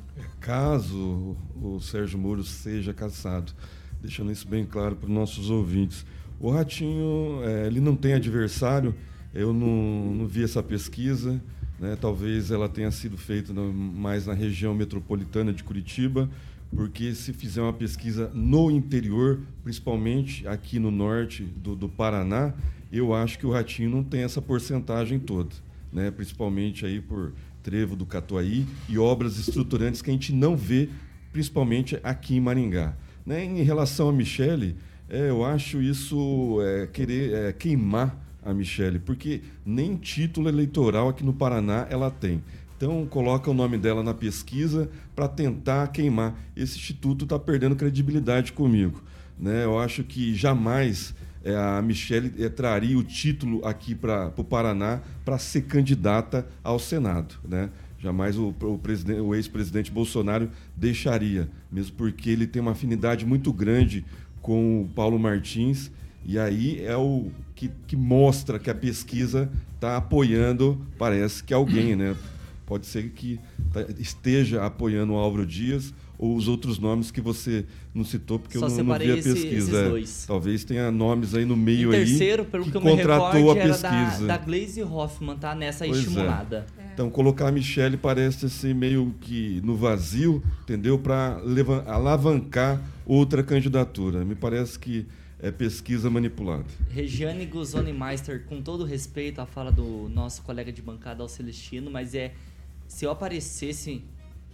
Caso o Sérgio Moro seja cassado, deixando isso bem claro para os nossos ouvintes. O Ratinho, é, ele não tem adversário. Eu não, não vi essa pesquisa, né? Talvez ela tenha sido feita no, mais na região metropolitana de Curitiba, porque se fizer uma pesquisa no interior, principalmente aqui no norte do, do Paraná, eu acho que o Ratinho não tem essa porcentagem toda, né? Principalmente aí por Trevo do Catuaí e obras estruturantes que a gente não vê, principalmente aqui em Maringá. Né? Em relação a Michele, é, eu acho isso é, querer é, queimar a Michele, porque nem título eleitoral aqui no Paraná ela tem. Então, coloca o nome dela na pesquisa para tentar queimar. Esse instituto está perdendo credibilidade comigo. Né? Eu acho que jamais é, a Michele é, traria o título aqui para o Paraná para ser candidata ao Senado. Né? Jamais o, o, presidente, o ex-presidente Bolsonaro deixaria, mesmo porque ele tem uma afinidade muito grande com o Paulo Martins, e aí é o que, que mostra que a pesquisa está apoiando, parece que alguém, né? Pode ser que tá, esteja apoiando o Álvaro Dias ou os outros nomes que você não citou, porque Só eu não, não vi a pesquisa. Esse, esses Talvez tenha nomes aí no meio em aí terceiro, pelo que, que eu contratou me recordo, a pesquisa. Era da, da Gleisi Hoffmann, tá? Nessa pois estimulada. É. Então, colocar a Michele parece ser meio que no vazio, entendeu? Para alavancar outra candidatura. Me parece que é pesquisa manipulada. Regiane Guzoni Meister, com todo respeito à fala do nosso colega de bancada, ao Celestino, mas é, se eu aparecesse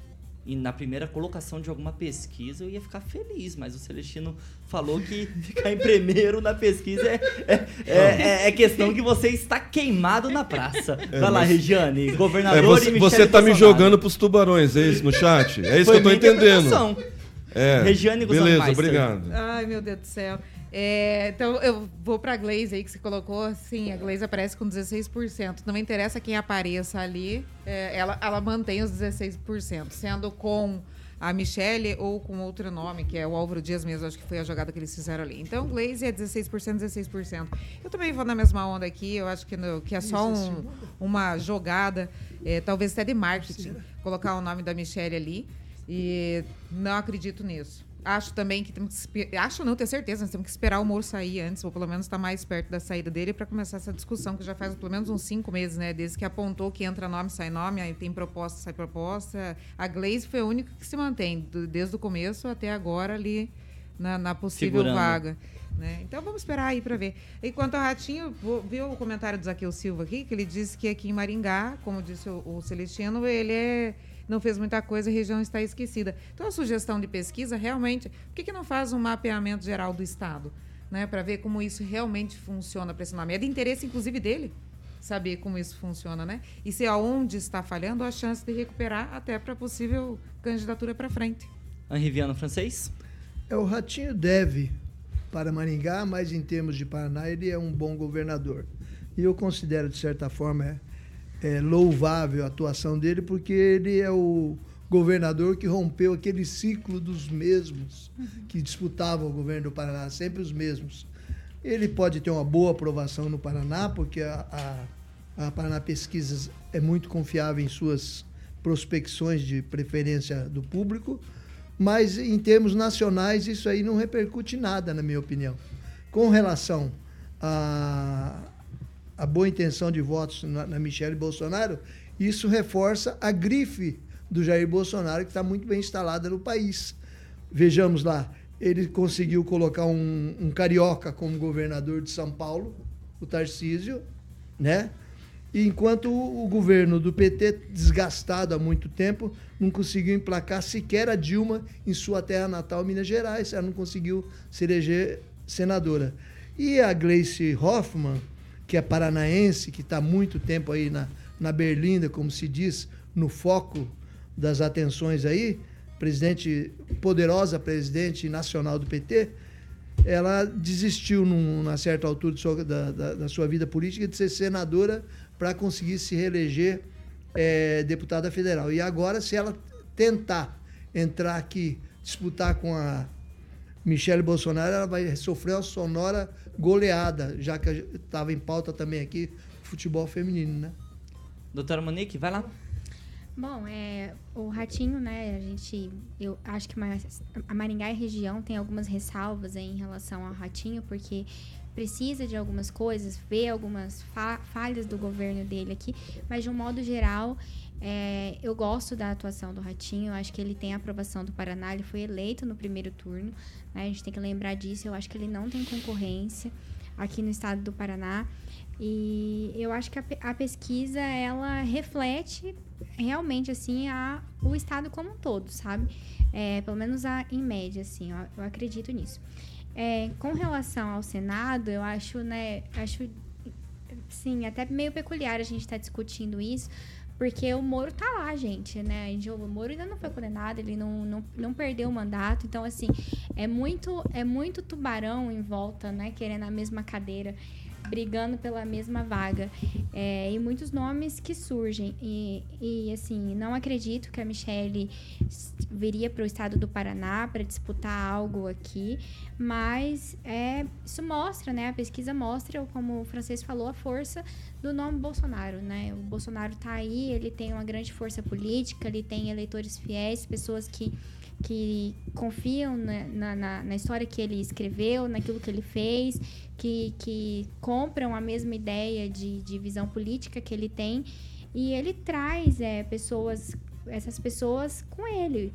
na primeira colocação de alguma pesquisa, eu ia ficar feliz, mas o Celestino falou que ficar em primeiro na pesquisa é, é, é, é questão que você está queimado na praça. É, Vai lá, mas... Regiane, governador é, você, e Michele Você está me Bolsonaro. jogando para os tubarões, é isso no chat? É isso Foi que eu estou entendendo. É, Regiane Guzoni beleza, Meister. Obrigado. Ai, meu Deus do céu. É, então, eu vou para a Gleisi aí que você colocou. Sim, a Gleisi aparece com dezesseis por cento. Não me interessa quem apareça ali, é, ela, ela mantém os dezesseis por cento, sendo com a Michele ou com outro nome, que é o Álvaro Dias mesmo, acho que foi a jogada que eles fizeram ali. Então, Gleisi é dezesseis por cento, dezesseis por cento. Eu também vou na mesma onda aqui, eu acho que, no, que é só um, uma jogada, é, talvez até de marketing, colocar o nome da Michele ali, e não acredito nisso. Acho também que temos que... Acho não, tenho certeza, nós temos que esperar o Moro sair antes, ou pelo menos estar mais perto da saída dele, para começar essa discussão, que já faz pelo menos uns cinco meses, né? Desde que apontou que entra nome, sai nome, aí tem proposta, sai proposta. A Gleisi foi a única que se mantém, do, desde o começo até agora, ali na, na possível Segurando. vaga. Né? Então vamos esperar aí para ver. Enquanto ao Ratinho, vou, viu o comentário do Zaqueu Silva aqui, que ele disse que aqui em Maringá, como disse o, o Celestino, ele é, não fez muita coisa, a região está esquecida. Então a sugestão de pesquisa, realmente, por que, que não faz um mapeamento geral do Estado? Né, para ver como isso realmente funciona para esse nome. É de interesse, inclusive, dele saber como isso funciona, né? E se aonde está falhando, a chance de recuperar até para possível candidatura para frente. Henri Viana, Francês? É, o Ratinho deve para Maringá, mas em termos de Paraná, ele é um bom governador. E eu considero, de certa forma, é, é louvável a atuação dele, porque ele é o governador que rompeu aquele ciclo dos mesmos que disputavam o governo do Paraná, sempre os mesmos. Ele pode ter uma boa aprovação no Paraná, porque a, a, a Paraná Pesquisas é muito confiável em suas prospecções de preferência do público, mas em termos nacionais isso aí não repercute nada, na minha opinião. Com relação à a, a boa intenção de votos na, na Michele Bolsonaro, isso reforça a grife do Jair Bolsonaro, que está muito bem instalada no país. Vejamos lá, ele conseguiu colocar um, um carioca como governador de São Paulo, o Tarcísio, né? E enquanto o, o governo do P T, desgastado há muito tempo, não conseguiu emplacar sequer a Dilma em sua terra natal, Minas Gerais. Ela não conseguiu se eleger senadora. E a Gleice Hoffmann, que é paranaense, que está há muito tempo aí na, na Berlinda, como se diz, no foco das atenções aí, presidente, poderosa presidente nacional do P T, ela desistiu num, numa certa altura de sua, da, da, da sua vida política de ser senadora para conseguir se reeleger é, deputada federal. E agora, se ela tentar entrar aqui, disputar com a Michele Bolsonaro, ela vai sofrer uma sonora goleada, já que estava em pauta também aqui futebol feminino, né? Doutora Monique, vai lá. Bom, é, o Ratinho, né, a gente, eu acho que a Maringá e a região tem algumas ressalvas aí em relação ao Ratinho, porque precisa de algumas coisas, vê algumas fa- falhas do governo dele aqui, mas de um modo geral, é, eu gosto da atuação do Ratinho, eu acho que ele tem a aprovação do Paraná, ele foi eleito no primeiro turno, né, a gente tem que lembrar disso, eu acho que ele não tem concorrência aqui no estado do Paraná, e eu acho que a, a pesquisa, ela reflete realmente, assim, a, o estado como um todo, sabe? É, pelo menos a, em média, assim, eu, eu acredito nisso. É, com relação ao Senado, eu acho, né, acho, sim, até meio peculiar a gente estar tá discutindo isso, porque o Moro tá lá, gente, né? O Moro ainda não foi condenado, ele não, não, não perdeu o mandato, então, assim, é muito, é muito tubarão em volta, né, querendo a mesma cadeira, brigando pela mesma vaga, é, e muitos nomes que surgem, e, e assim, não acredito que a Michele viria para o estado do Paraná para disputar algo aqui, mas é, isso mostra, né, a pesquisa mostra, como o Francês falou, a força do nome Bolsonaro, né, o Bolsonaro está aí, ele tem uma grande força política, ele tem eleitores fiéis, pessoas que que confiam na, na, na história que ele escreveu, naquilo que ele fez, que, que compram a mesma ideia de, de visão política que ele tem, e ele traz é, pessoas, essas pessoas com ele.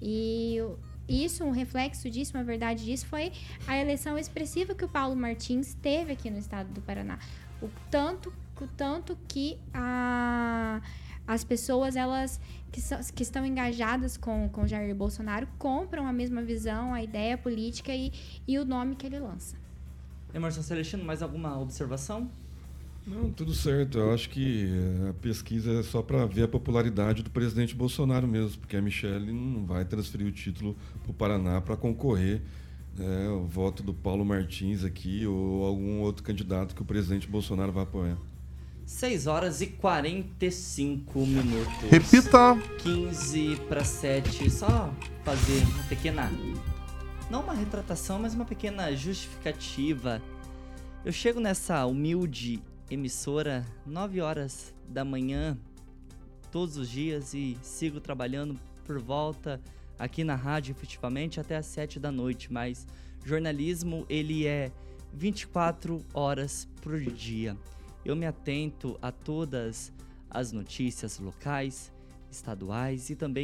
E isso, um reflexo disso, uma verdade disso, foi a eleição expressiva que o Paulo Martins teve aqui no estado do Paraná. O tanto, o tanto que a... as pessoas, elas que, so, que estão engajadas com, com Jair Bolsonaro, compram a mesma visão, a ideia política e, e o nome que ele lança. Emerson Celestino, mais alguma observação? Não, tudo certo. Eu acho que a pesquisa é só para ver a popularidade do presidente Bolsonaro mesmo, porque a Michele não vai transferir o título para o Paraná para concorrer, né, o voto do Paulo Martins aqui ou algum outro candidato que o presidente Bolsonaro vai apoiar. seis horas e quarenta e cinco minutos. Repita. quinze para sete. Só fazer uma pequena... não uma retratação, mas uma pequena justificativa. Eu chego nessa humilde emissora nove horas da manhã, todos os dias, e sigo trabalhando por volta aqui na rádio, efetivamente, até às sete da noite. Mas jornalismo, ele é vinte e quatro horas por dia. Eu me atento a todas as notícias locais, estaduais e também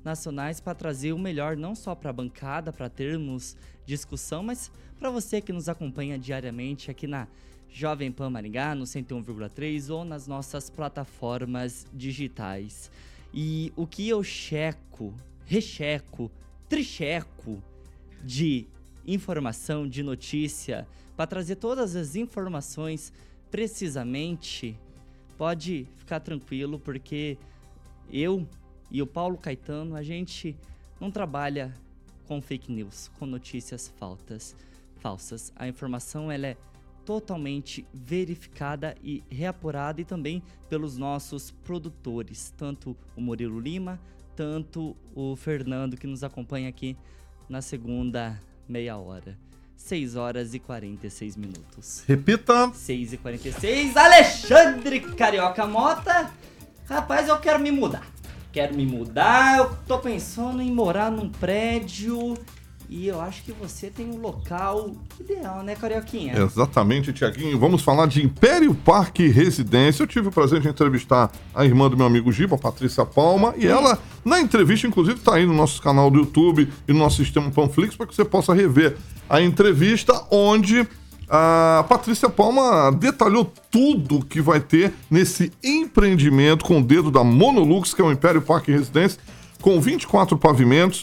nacionais para trazer o melhor não só para a bancada, para termos discussão, mas para você que nos acompanha diariamente aqui na Jovem Pan Maringá, no cento e um vírgula três ou nas nossas plataformas digitais. E o que eu checo, recheco, tricheco de informação, de notícia, para trazer todas as informações precisamente, pode ficar tranquilo, porque eu e o Paulo Caetano, a gente não trabalha com fake news, com notícias faltas, falsas. A informação ela é totalmente verificada e reapurada, e também pelos nossos produtores, tanto o Murilo Lima, tanto o Fernando, que nos acompanha aqui na segunda meia hora. seis horas e quarenta e seis minutos. Repita. seis e quarenta e seis. Alexandre Carioca Mota. Rapaz, eu quero me mudar. Quero me mudar, eu tô pensando em morar num prédio e eu acho que você tem um local ideal, né, Carioquinha? Exatamente, Tiaguinho. Vamos falar de Império Parque Residência. Eu tive o prazer de entrevistar a irmã do meu amigo Giba, Patrícia Palma, e ela, na entrevista, inclusive, tá aí no nosso canal do YouTube e no nosso sistema Panflix, para que você possa rever a entrevista, onde a Patrícia Palma detalhou tudo que vai ter nesse empreendimento com o dedo da Monolux, que é o Império Parque Residência, com vinte e quatro pavimentos.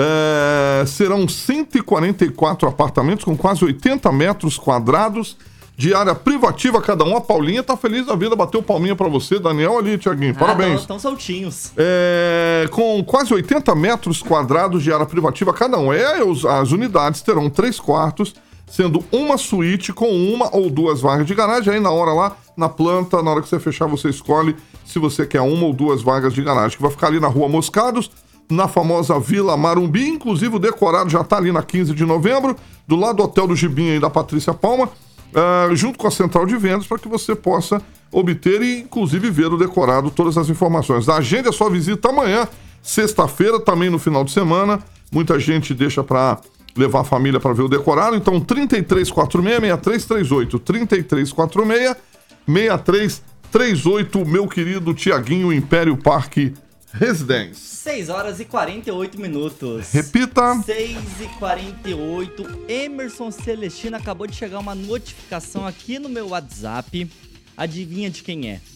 É, serão cento e quarenta e quatro apartamentos com quase oitenta metros quadrados de área privativa cada um. A Paulinha tá feliz da vida, bateu palminha pra você, Daniel ali, Tiaguinho, ah, parabéns. Estão soltinhos. É, com quase oitenta metros quadrados de área privativa cada um. É, os, as unidades terão três quartos, sendo uma suíte com uma ou duas vagas de garagem. Aí na hora lá, na planta, na hora que você fechar, você escolhe se você quer uma ou duas vagas de garagem, que vai ficar ali na Rua Moscados, na famosa Vila Marumbi. Inclusive o decorado já está ali na quinze de novembro, do lado do Hotel do Gibinha e da Patrícia Palma, uh, junto com a central de vendas, para que você possa obter e inclusive ver o decorado, todas as informações. Agende a sua visita amanhã, sexta-feira, também no final de semana. Muita gente deixa para levar a família para ver o decorado. Então trinta e três quarenta e seis, sessenta e três trinta e oito, trinta e três quarenta e seis, sessenta e três trinta e oito, meu querido Tiaguinho, Império Parque Residência. seis horas e quarenta e oito minutos. Repita. seis e quarenta e oito. Emerson Celestino, acabou de chegar uma notificação aqui no meu WhatsApp. Adivinha de quem é?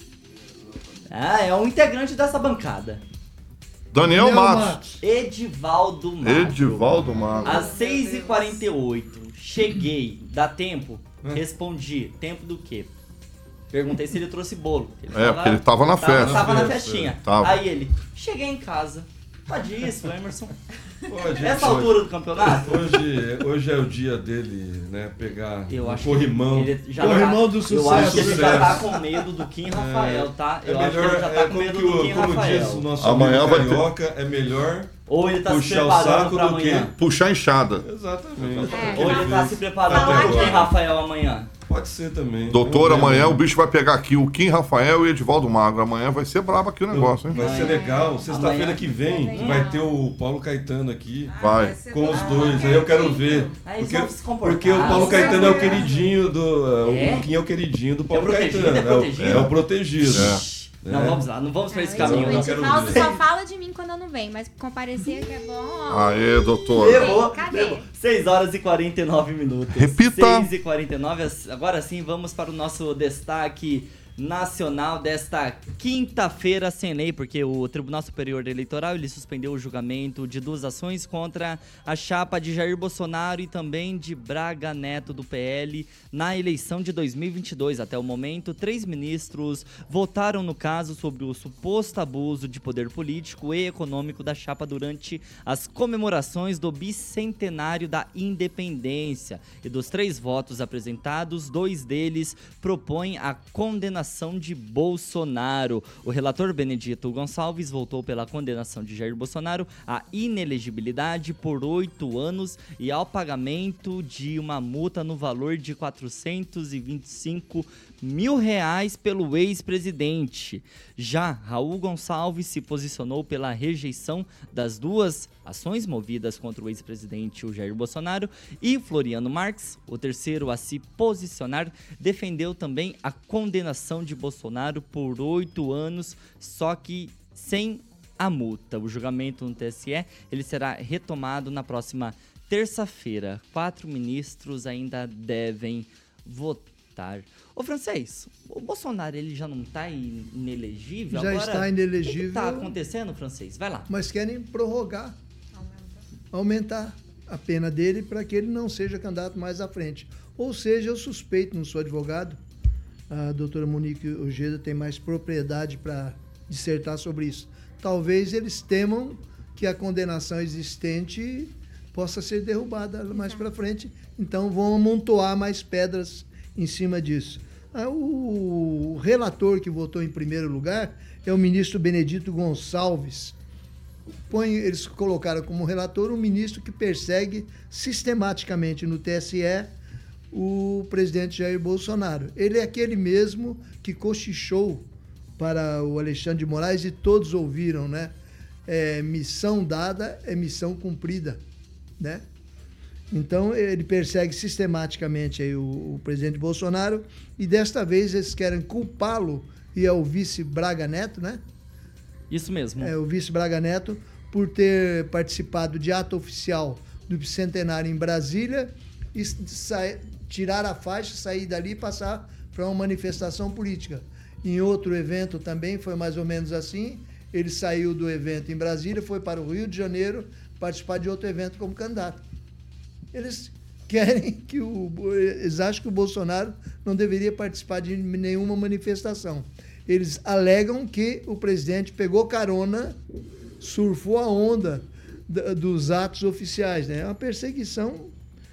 Ah, é um integrante dessa bancada. Daniel, Daniel Matos. Matos. Edivaldo Matos. Edivaldo Matos. Às seis e quarenta e oito. Cheguei. Dá tempo? Hum. Respondi. Tempo do quê? Perguntei se ele trouxe bolo. Ele é, tava, porque ele tava na tava, festa. Tava na festinha. Tava. Aí ele, cheguei em casa. Pode isso, Emerson. Pode. Essa hoje, altura do campeonato? Hoje, hoje é o dia dele, né, pegar eu o corrimão. Ele já corrimão tá, do sucesso. Eu acho que ele já tá com medo do Kim Rafael, tá? Eu é acho melhor, que ele já tá é com medo que do o, Kim como Rafael. diz o nosso amanhã vai carioca, ter... é melhor ou ele tá puxar se preparando o saco pra do amanhã. que puxar a enxada. Exatamente. É. Ou ele tá se preparando pro Kim Rafael amanhã. Pode ser também. Doutor, amanhã o bicho vai pegar aqui o Kim Rafael e Edivaldo Magro. Amanhã vai ser brabo aqui o negócio, hein? Vai ser legal. Sexta-feira que vem amanhã vai ter o Paulo Caetano aqui. Vai. Com os dois. Aí eu quero ver. Porque, porque o Paulo Caetano é o queridinho do... É? O Kim é o queridinho do Paulo é Caetano. É, protegido? é o protegido. É. Não, é. vamos lá, não vamos pra esse não, caminho. O Edivaldo só fala de mim quando eu não venho, mas comparecer que é bom. Aê, doutor. Levou, levou. seis horas e quarenta e nove minutos. Repita. seis e quarenta e nove, agora sim vamos para o nosso destaque nacional desta quinta-feira sem lei, porque o Tribunal Superior Eleitoral ele suspendeu o julgamento de duas ações contra a chapa de Jair Bolsonaro e também de Braga Neto do P L na eleição de dois mil e vinte e dois. Até o momento, três ministros votaram no caso sobre o suposto abuso de poder político e econômico da chapa durante as comemorações do bicentenário da independência. E dos três votos apresentados, dois deles propõem a condenação de Bolsonaro. O relator Benedito Gonçalves votou pela condenação de Jair Bolsonaro à inelegibilidade por oito anos e ao pagamento de uma multa no valor de quatrocentos e vinte e cinco mil reais pelo ex-presidente. Já Raul Gonçalves se posicionou pela rejeição das duas ações movidas contra o ex-presidente o Jair Bolsonaro, e Floriano Marques, o terceiro a se posicionar, defendeu também a condenação de Bolsonaro por oito anos, só que sem a multa. O julgamento no T S E ele será retomado na próxima terça-feira. Quatro ministros ainda devem votar. Ô, Francês, o Bolsonaro ele já não está inelegível? Já Agora, está inelegível. O que está acontecendo, Francês? Vai lá. Mas querem prorrogar, aumentar a pena dele para que ele não seja candidato mais à frente. Ou seja, eu suspeito, não sou advogado, a doutora Monique Ojeda tem mais propriedade para dissertar sobre isso. Talvez eles temam que a condenação existente possa ser derrubada mais para frente, então vão amontoar mais pedras em cima disso. Ah, o relator que votou em primeiro lugar é o ministro Benedito Gonçalves. Põe, eles colocaram como relator um ministro que persegue sistematicamente no T S E o presidente Jair Bolsonaro. Ele é aquele mesmo que cochichou para o Alexandre de Moraes e todos ouviram, né? É, missão dada é missão cumprida, né? Então, ele persegue sistematicamente aí o, o presidente Bolsonaro e desta vez eles querem culpá-lo e é o vice Braga Neto, né? Isso mesmo. É, o vice Braga Neto, por ter participado de ato oficial do bicentenário em Brasília e sa- tirar a faixa, sair dali e passar para uma manifestação política. Em outro evento também foi mais ou menos assim. Ele saiu do evento em Brasília, foi para o Rio de Janeiro participar de outro evento como candidato. Eles querem que o... Eles acham que o Bolsonaro não deveria participar de nenhuma manifestação. Eles alegam que o presidente pegou carona, surfou a onda da, dos atos oficiais, né? É uma perseguição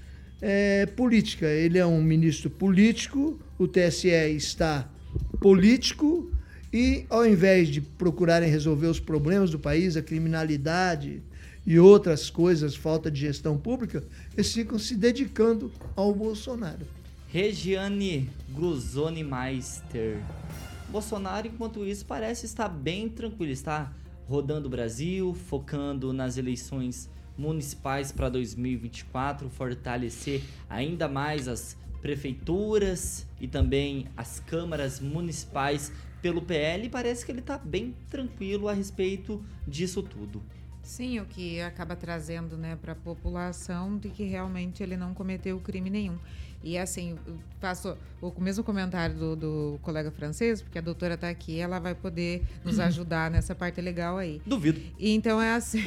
é, política. Ele é um ministro político, o T S E está político e, ao invés de procurarem resolver os problemas do país, a criminalidade e outras coisas, falta de gestão pública, eles ficam se dedicando ao Bolsonaro. Regiane Gruzoni Meister. Bolsonaro, enquanto isso, parece estar bem tranquilo, está rodando o Brasil, focando nas eleições municipais para dois mil e vinte e quatro, fortalecer ainda mais as prefeituras e também as câmaras municipais pelo P L, e parece que ele está bem tranquilo a respeito disso tudo. Sim, o que acaba trazendo, né, para a população de que realmente ele não cometeu crime nenhum. E assim, eu faço o mesmo comentário do, do colega francês, porque a doutora está aqui, ela vai poder nos ajudar nessa parte legal aí. Duvido. E então é assim,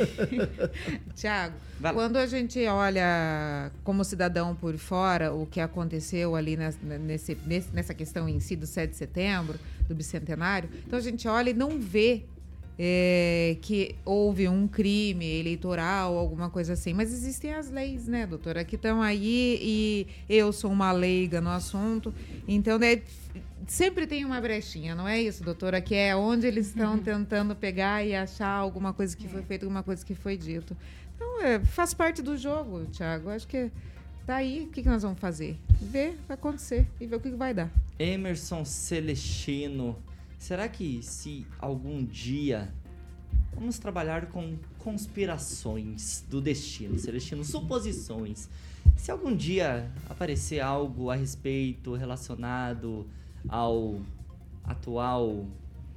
Tiago, quando a gente olha como cidadão por fora o que aconteceu ali nesse, nesse, nessa questão em si do sete de setembro, do bicentenário, então a gente olha e não vê É, que houve um crime eleitoral, alguma coisa assim. Mas existem as leis, né, doutora, que estão aí e eu sou uma leiga no assunto. Então, né, sempre tem uma brechinha, não é isso, doutora? Que é onde eles estão uhum. tentando pegar e achar alguma coisa que foi feita, alguma coisa que foi dito. Então, é, faz parte do jogo, Thiago. Acho que tá aí. O que, que nós vamos fazer? Ver, vai acontecer e ver o que, que vai dar. Emerson Celestino. Será que se algum dia vamos trabalhar com conspirações do destino, Celestino, suposições, se algum dia aparecer algo a respeito relacionado ao atual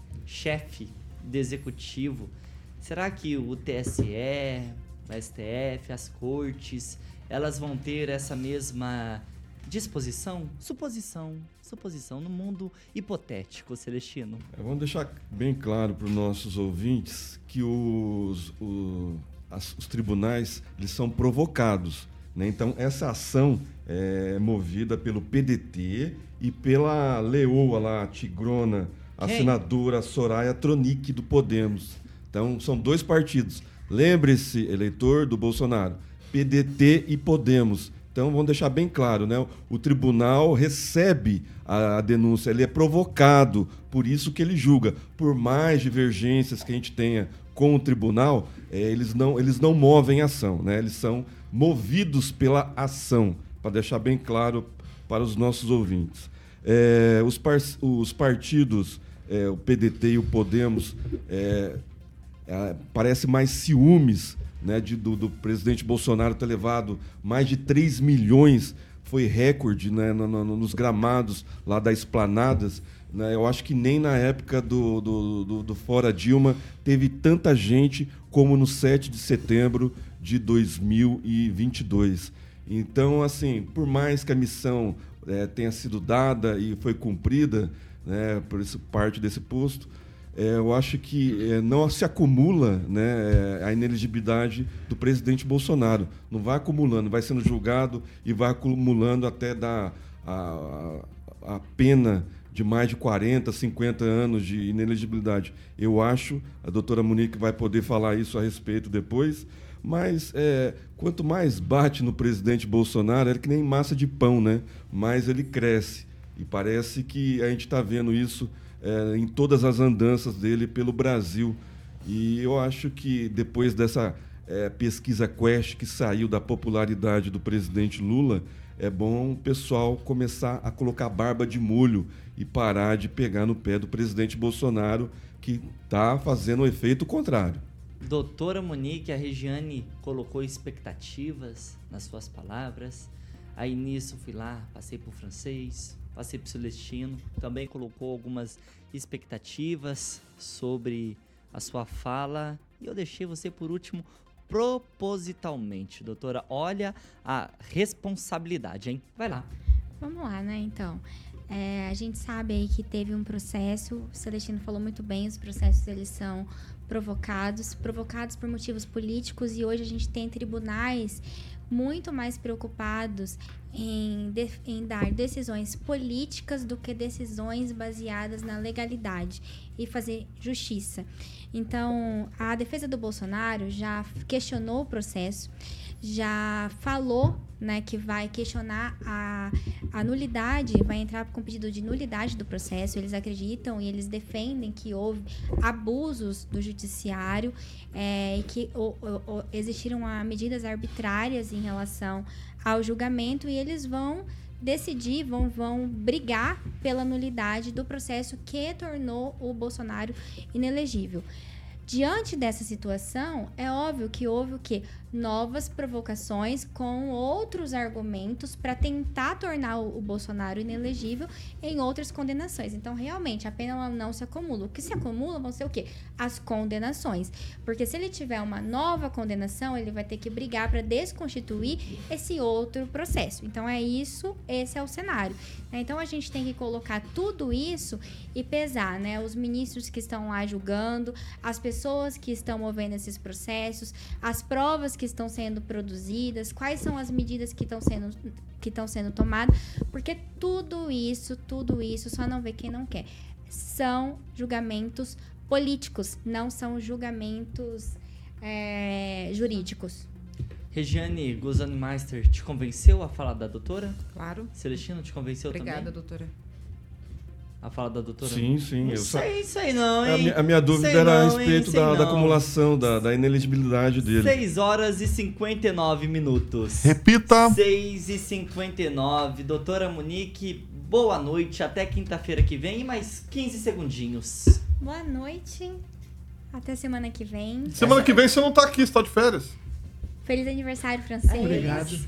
chefe do executivo, será que o T S E, o S T F, as cortes, elas vão ter essa mesma disposição? Suposição, suposição no mundo hipotético, Celestino. É, vamos deixar bem claro para os nossos ouvintes que os, o, as, os tribunais eles são provocados, né? Então, essa ação é movida pelo P D T e pela leoa lá, a tigrona, a Quem? senadora Soraya Tronic, do Podemos. Então, são dois partidos. Lembre-se, eleitor do Bolsonaro, P D T e Podemos. Então, vamos deixar bem claro, né? O tribunal recebe a, a denúncia, ele é provocado, por isso que ele julga. Por mais divergências que a gente tenha com o tribunal, é, eles, não, eles não movem ação, né? Eles são movidos pela ação, para deixar bem claro para os nossos ouvintes. É, os, par, os partidos, é, o P D T e o Podemos, é, é, parece mais ciúmes, né, de, do, do presidente Bolsonaro ter levado mais de três milhões, foi recorde, né, no, no, nos gramados lá das Esplanadas, né? Eu acho que nem na época do, do, do, do Fora Dilma teve tanta gente como no sete de setembro de dois mil e vinte e dois. Então, assim, por mais que a missão é, tenha sido dada e foi cumprida, né, por isso, parte desse posto, é, eu acho que é, não se acumula, né, a inelegibilidade do presidente Bolsonaro. Não vai acumulando, vai sendo julgado e vai acumulando até dar a, a, a pena de mais de quarenta, cinquenta anos de inelegibilidade. Eu acho, a doutora Monique vai poder falar isso a respeito depois, mas é, quanto mais bate no presidente Bolsonaro, é que nem massa de pão, né? Mais ele cresce. E parece que a gente está vendo isso é, em todas as andanças dele pelo Brasil. E eu acho que depois dessa é, pesquisa Quest que saiu da popularidade do presidente Lula, é bom o pessoal começar a colocar barba de molho e parar de pegar no pé do presidente Bolsonaro, que está fazendo o efeito contrário. Doutora Monique, a Regiane colocou expectativas nas suas palavras. Aí nisso fui lá, passei por Francês, passei por Celestino, também colocou algumas expectativas sobre a sua fala. E eu deixei você por último propositalmente, doutora. Olha a responsabilidade, hein? Vai lá. Vamos lá, né, então. É, a gente sabe aí que teve um processo, o Celestino falou muito bem, os processos eles são provocados, provocados por motivos políticos, e hoje a gente tem tribunais muito mais preocupados em, de, em dar decisões políticas do que decisões baseadas na legalidade e fazer justiça. Então, a defesa do Bolsonaro já questionou o processo, já falou, né, que vai questionar a, a nulidade, vai entrar com pedido de nulidade do processo. Eles acreditam e eles defendem que houve abusos do judiciário é, e que o, o, existiram medidas arbitrárias em relação ao julgamento, e eles vão decidir, vão, vão brigar pela nulidade do processo que tornou o Bolsonaro inelegível. Diante dessa situação, é óbvio que houve o quê? Novas provocações com outros argumentos para tentar tornar o, o Bolsonaro inelegível em outras condenações. Então, realmente, a pena ela não se acumula. O que se acumula vão ser o quê? As condenações. Porque se ele tiver uma nova condenação, ele vai ter que brigar para desconstituir esse outro processo. Então, é isso, esse é o cenário. Então, a gente tem que colocar tudo isso e pesar, né? Os ministros que estão lá julgando, as pessoas que estão movendo esses processos, as provas que estão sendo produzidas, quais são as medidas que estão sendo, que estão sendo tomadas, porque tudo isso, tudo isso, só não vê quem não quer. São julgamentos políticos, não são julgamentos é, jurídicos. Regiane Guzani-Meister, te convenceu a falar da doutora? Claro. Celestino, te convenceu Obrigada, também? Obrigada, doutora. A fala da doutora? Sim, sim. Não eu sei, isso aí não, hein? A minha, a minha dúvida sei era não, a respeito da, da acumulação, da, da inelegibilidade dele. seis horas e cinquenta e nove minutos. Repita. seis e cinquenta e nove. Doutora Monique, boa noite. Até quinta-feira que vem e mais quinze segundinhos. Boa noite. Até semana que vem. Semana que vem você não tá aqui, você tá de férias. Feliz aniversário, Francês. Obrigado.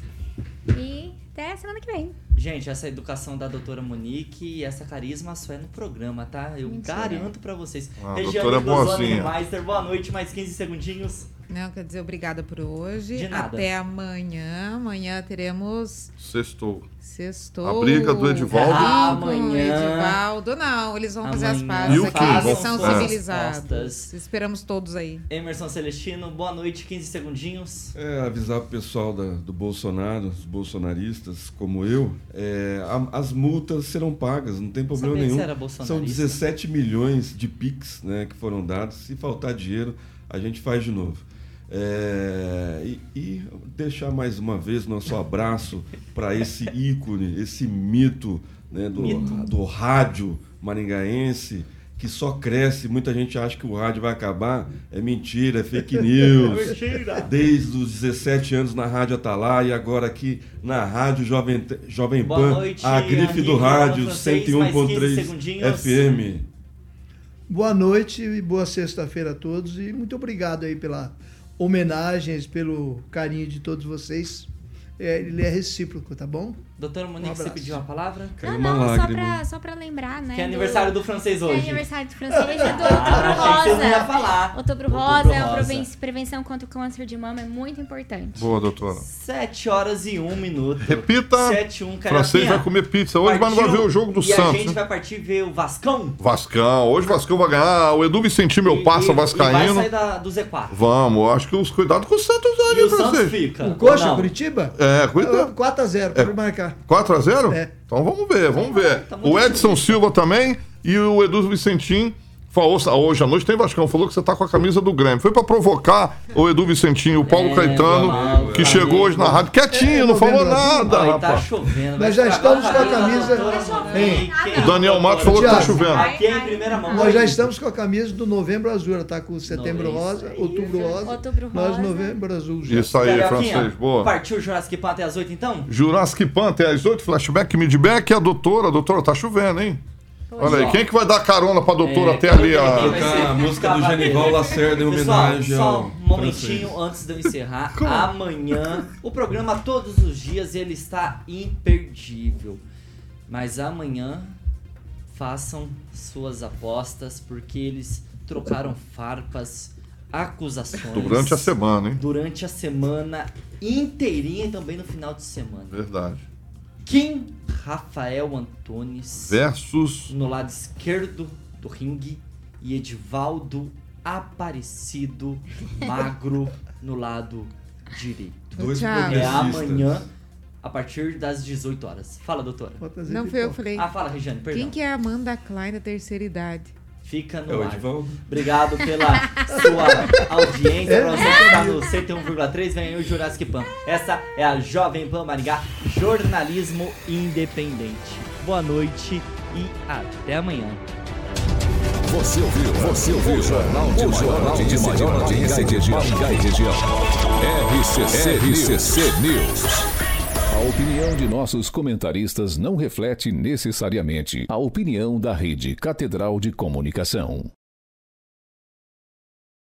E até semana que vem. Gente, essa educação da doutora Monique e essa carisma só é no programa, tá? Eu Mentira. garanto pra vocês. Ah, Regiane doutora boazinha. Meister, boa noite, mais quinze segundinhos. Não, quer dizer, obrigada por hoje. De nada. Até amanhã. Amanhã teremos... Sextou. Sextou. A briga do Edivaldo. Ah, Com o Edivaldo. Não, eles vão fazer as Amanhã. pazes E o aqui. quê? Eles Vamos são fazer as civilizados. postas. Esperamos todos aí. Emerson Celestino, boa noite, quinze segundinhos. É, avisar pro pessoal da, do Bolsonaro, os bolsonaristas como eu, é, a, as multas serão pagas, não tem problema Sabia que nenhum. você era bolsonarista? São dezessete milhões de Pix, né, que foram dados. Se faltar dinheiro, a gente faz de novo. É, e, e deixar mais uma vez nosso abraço para esse ícone, esse mito, né, do, Mito. do rádio maringaense, que só cresce. Muita gente acha que o rádio vai acabar. É mentira, é fake news. Mentira. Desde os dezessete anos na Rádio Atalaia e agora aqui na Rádio Jovem, Jovem Boa Pan, noite, a grife do Henrique, rádio Francês, cento e um ponto mais três quinze segundinhos. F M. Boa noite e boa sexta-feira a todos, e muito obrigado aí pela homenagens, pelo carinho de todos vocês. é, ele é recíproco, tá bom? Doutora Monique, um você pediu a palavra? Não, não, só pra, só pra lembrar, né? Que é aniversário do, do francês hoje. Que é aniversário do francês e do Outubro Rosa. Você ia falar. Outubro Rosa, é a prevenção contra o câncer de mama, é muito importante. Boa, doutora. sete horas e um minuto. Repita. sete e um, Carioquinha. Francês vai comer pizza hoje, mas não vai ver o jogo do e Santos. E a gente vai partir ver o Vascão. Vascão. Hoje o Vascão vai ganhar. O Edu Vicentinho, meu passa, vascaíno. E vai sair da, do Z quatro. Vamos. Acho que os cuidados com o Santos hoje, E o Santos fica. O Coxa, Curitiba? É, cuidado. quatro a zero, pode marcar. quatro a zero? É. Então vamos ver, vamos ver. Tá o Edson Silva também e o Edu Vicentim falou, hoje à noite tem Vascão, falou que você tá com a camisa do Grêmio. Foi pra provocar o Edu Vicentim e o Paulo é, Caetano, mal, que chegou hoje na rádio quietinho, é, não falou nada, Ai, rapaz. Tá chovendo. Nós já estamos com a camisa... Hein? O Daniel Matos falou que tá chovendo. Aqui é em primeira mão. Nós já estamos com a camisa do Novembro Azul, ela tá com Setembro Rosa, Outubro Rosa, Outubro nós Rosa. Novembro Azul já. Isso aí, francês, boa. Partiu o Jurassic Pan até as oito, então? Jurassic Pan até as oito, flashback, midback e a doutora. A doutora, tá chovendo, hein? Olha aí, quem é que vai dar carona pra doutora é, até ali? A, a música do Genival Lacerda em homenagem Pessoal, ao só um momentinho francês. Antes de eu encerrar. Amanhã, o programa todos os dias, ele está imperdível. Mas amanhã, façam suas apostas, porque eles trocaram farpas, acusações. Durante a semana, hein? Durante a semana inteirinha e também no final de semana. Verdade. Kim Rafael Antunes versus no lado esquerdo do ringue e Edivaldo Aparecido Magro no lado direito. Dois é amanhã a partir das dezoito horas. Fala, doutora. Não foi eu que falei. Ah, fala, Regiane, perdão. Quem que é a Amanda Klein da terceira idade? Fica no é ar. Obrigado pela sua audiência. É? Pra você que está no cento e um vírgula três, vem aí o Jurassic Pan. Essa é a Jovem Pan Maringá, jornalismo independente. Boa noite e até amanhã. Você ouviu? Você ouviu? O Jornal de Maior Audiência de Maringá e região. R C C, R C C News. A opinião de nossos comentaristas não reflete necessariamente a opinião da Rede Catedral de Comunicação.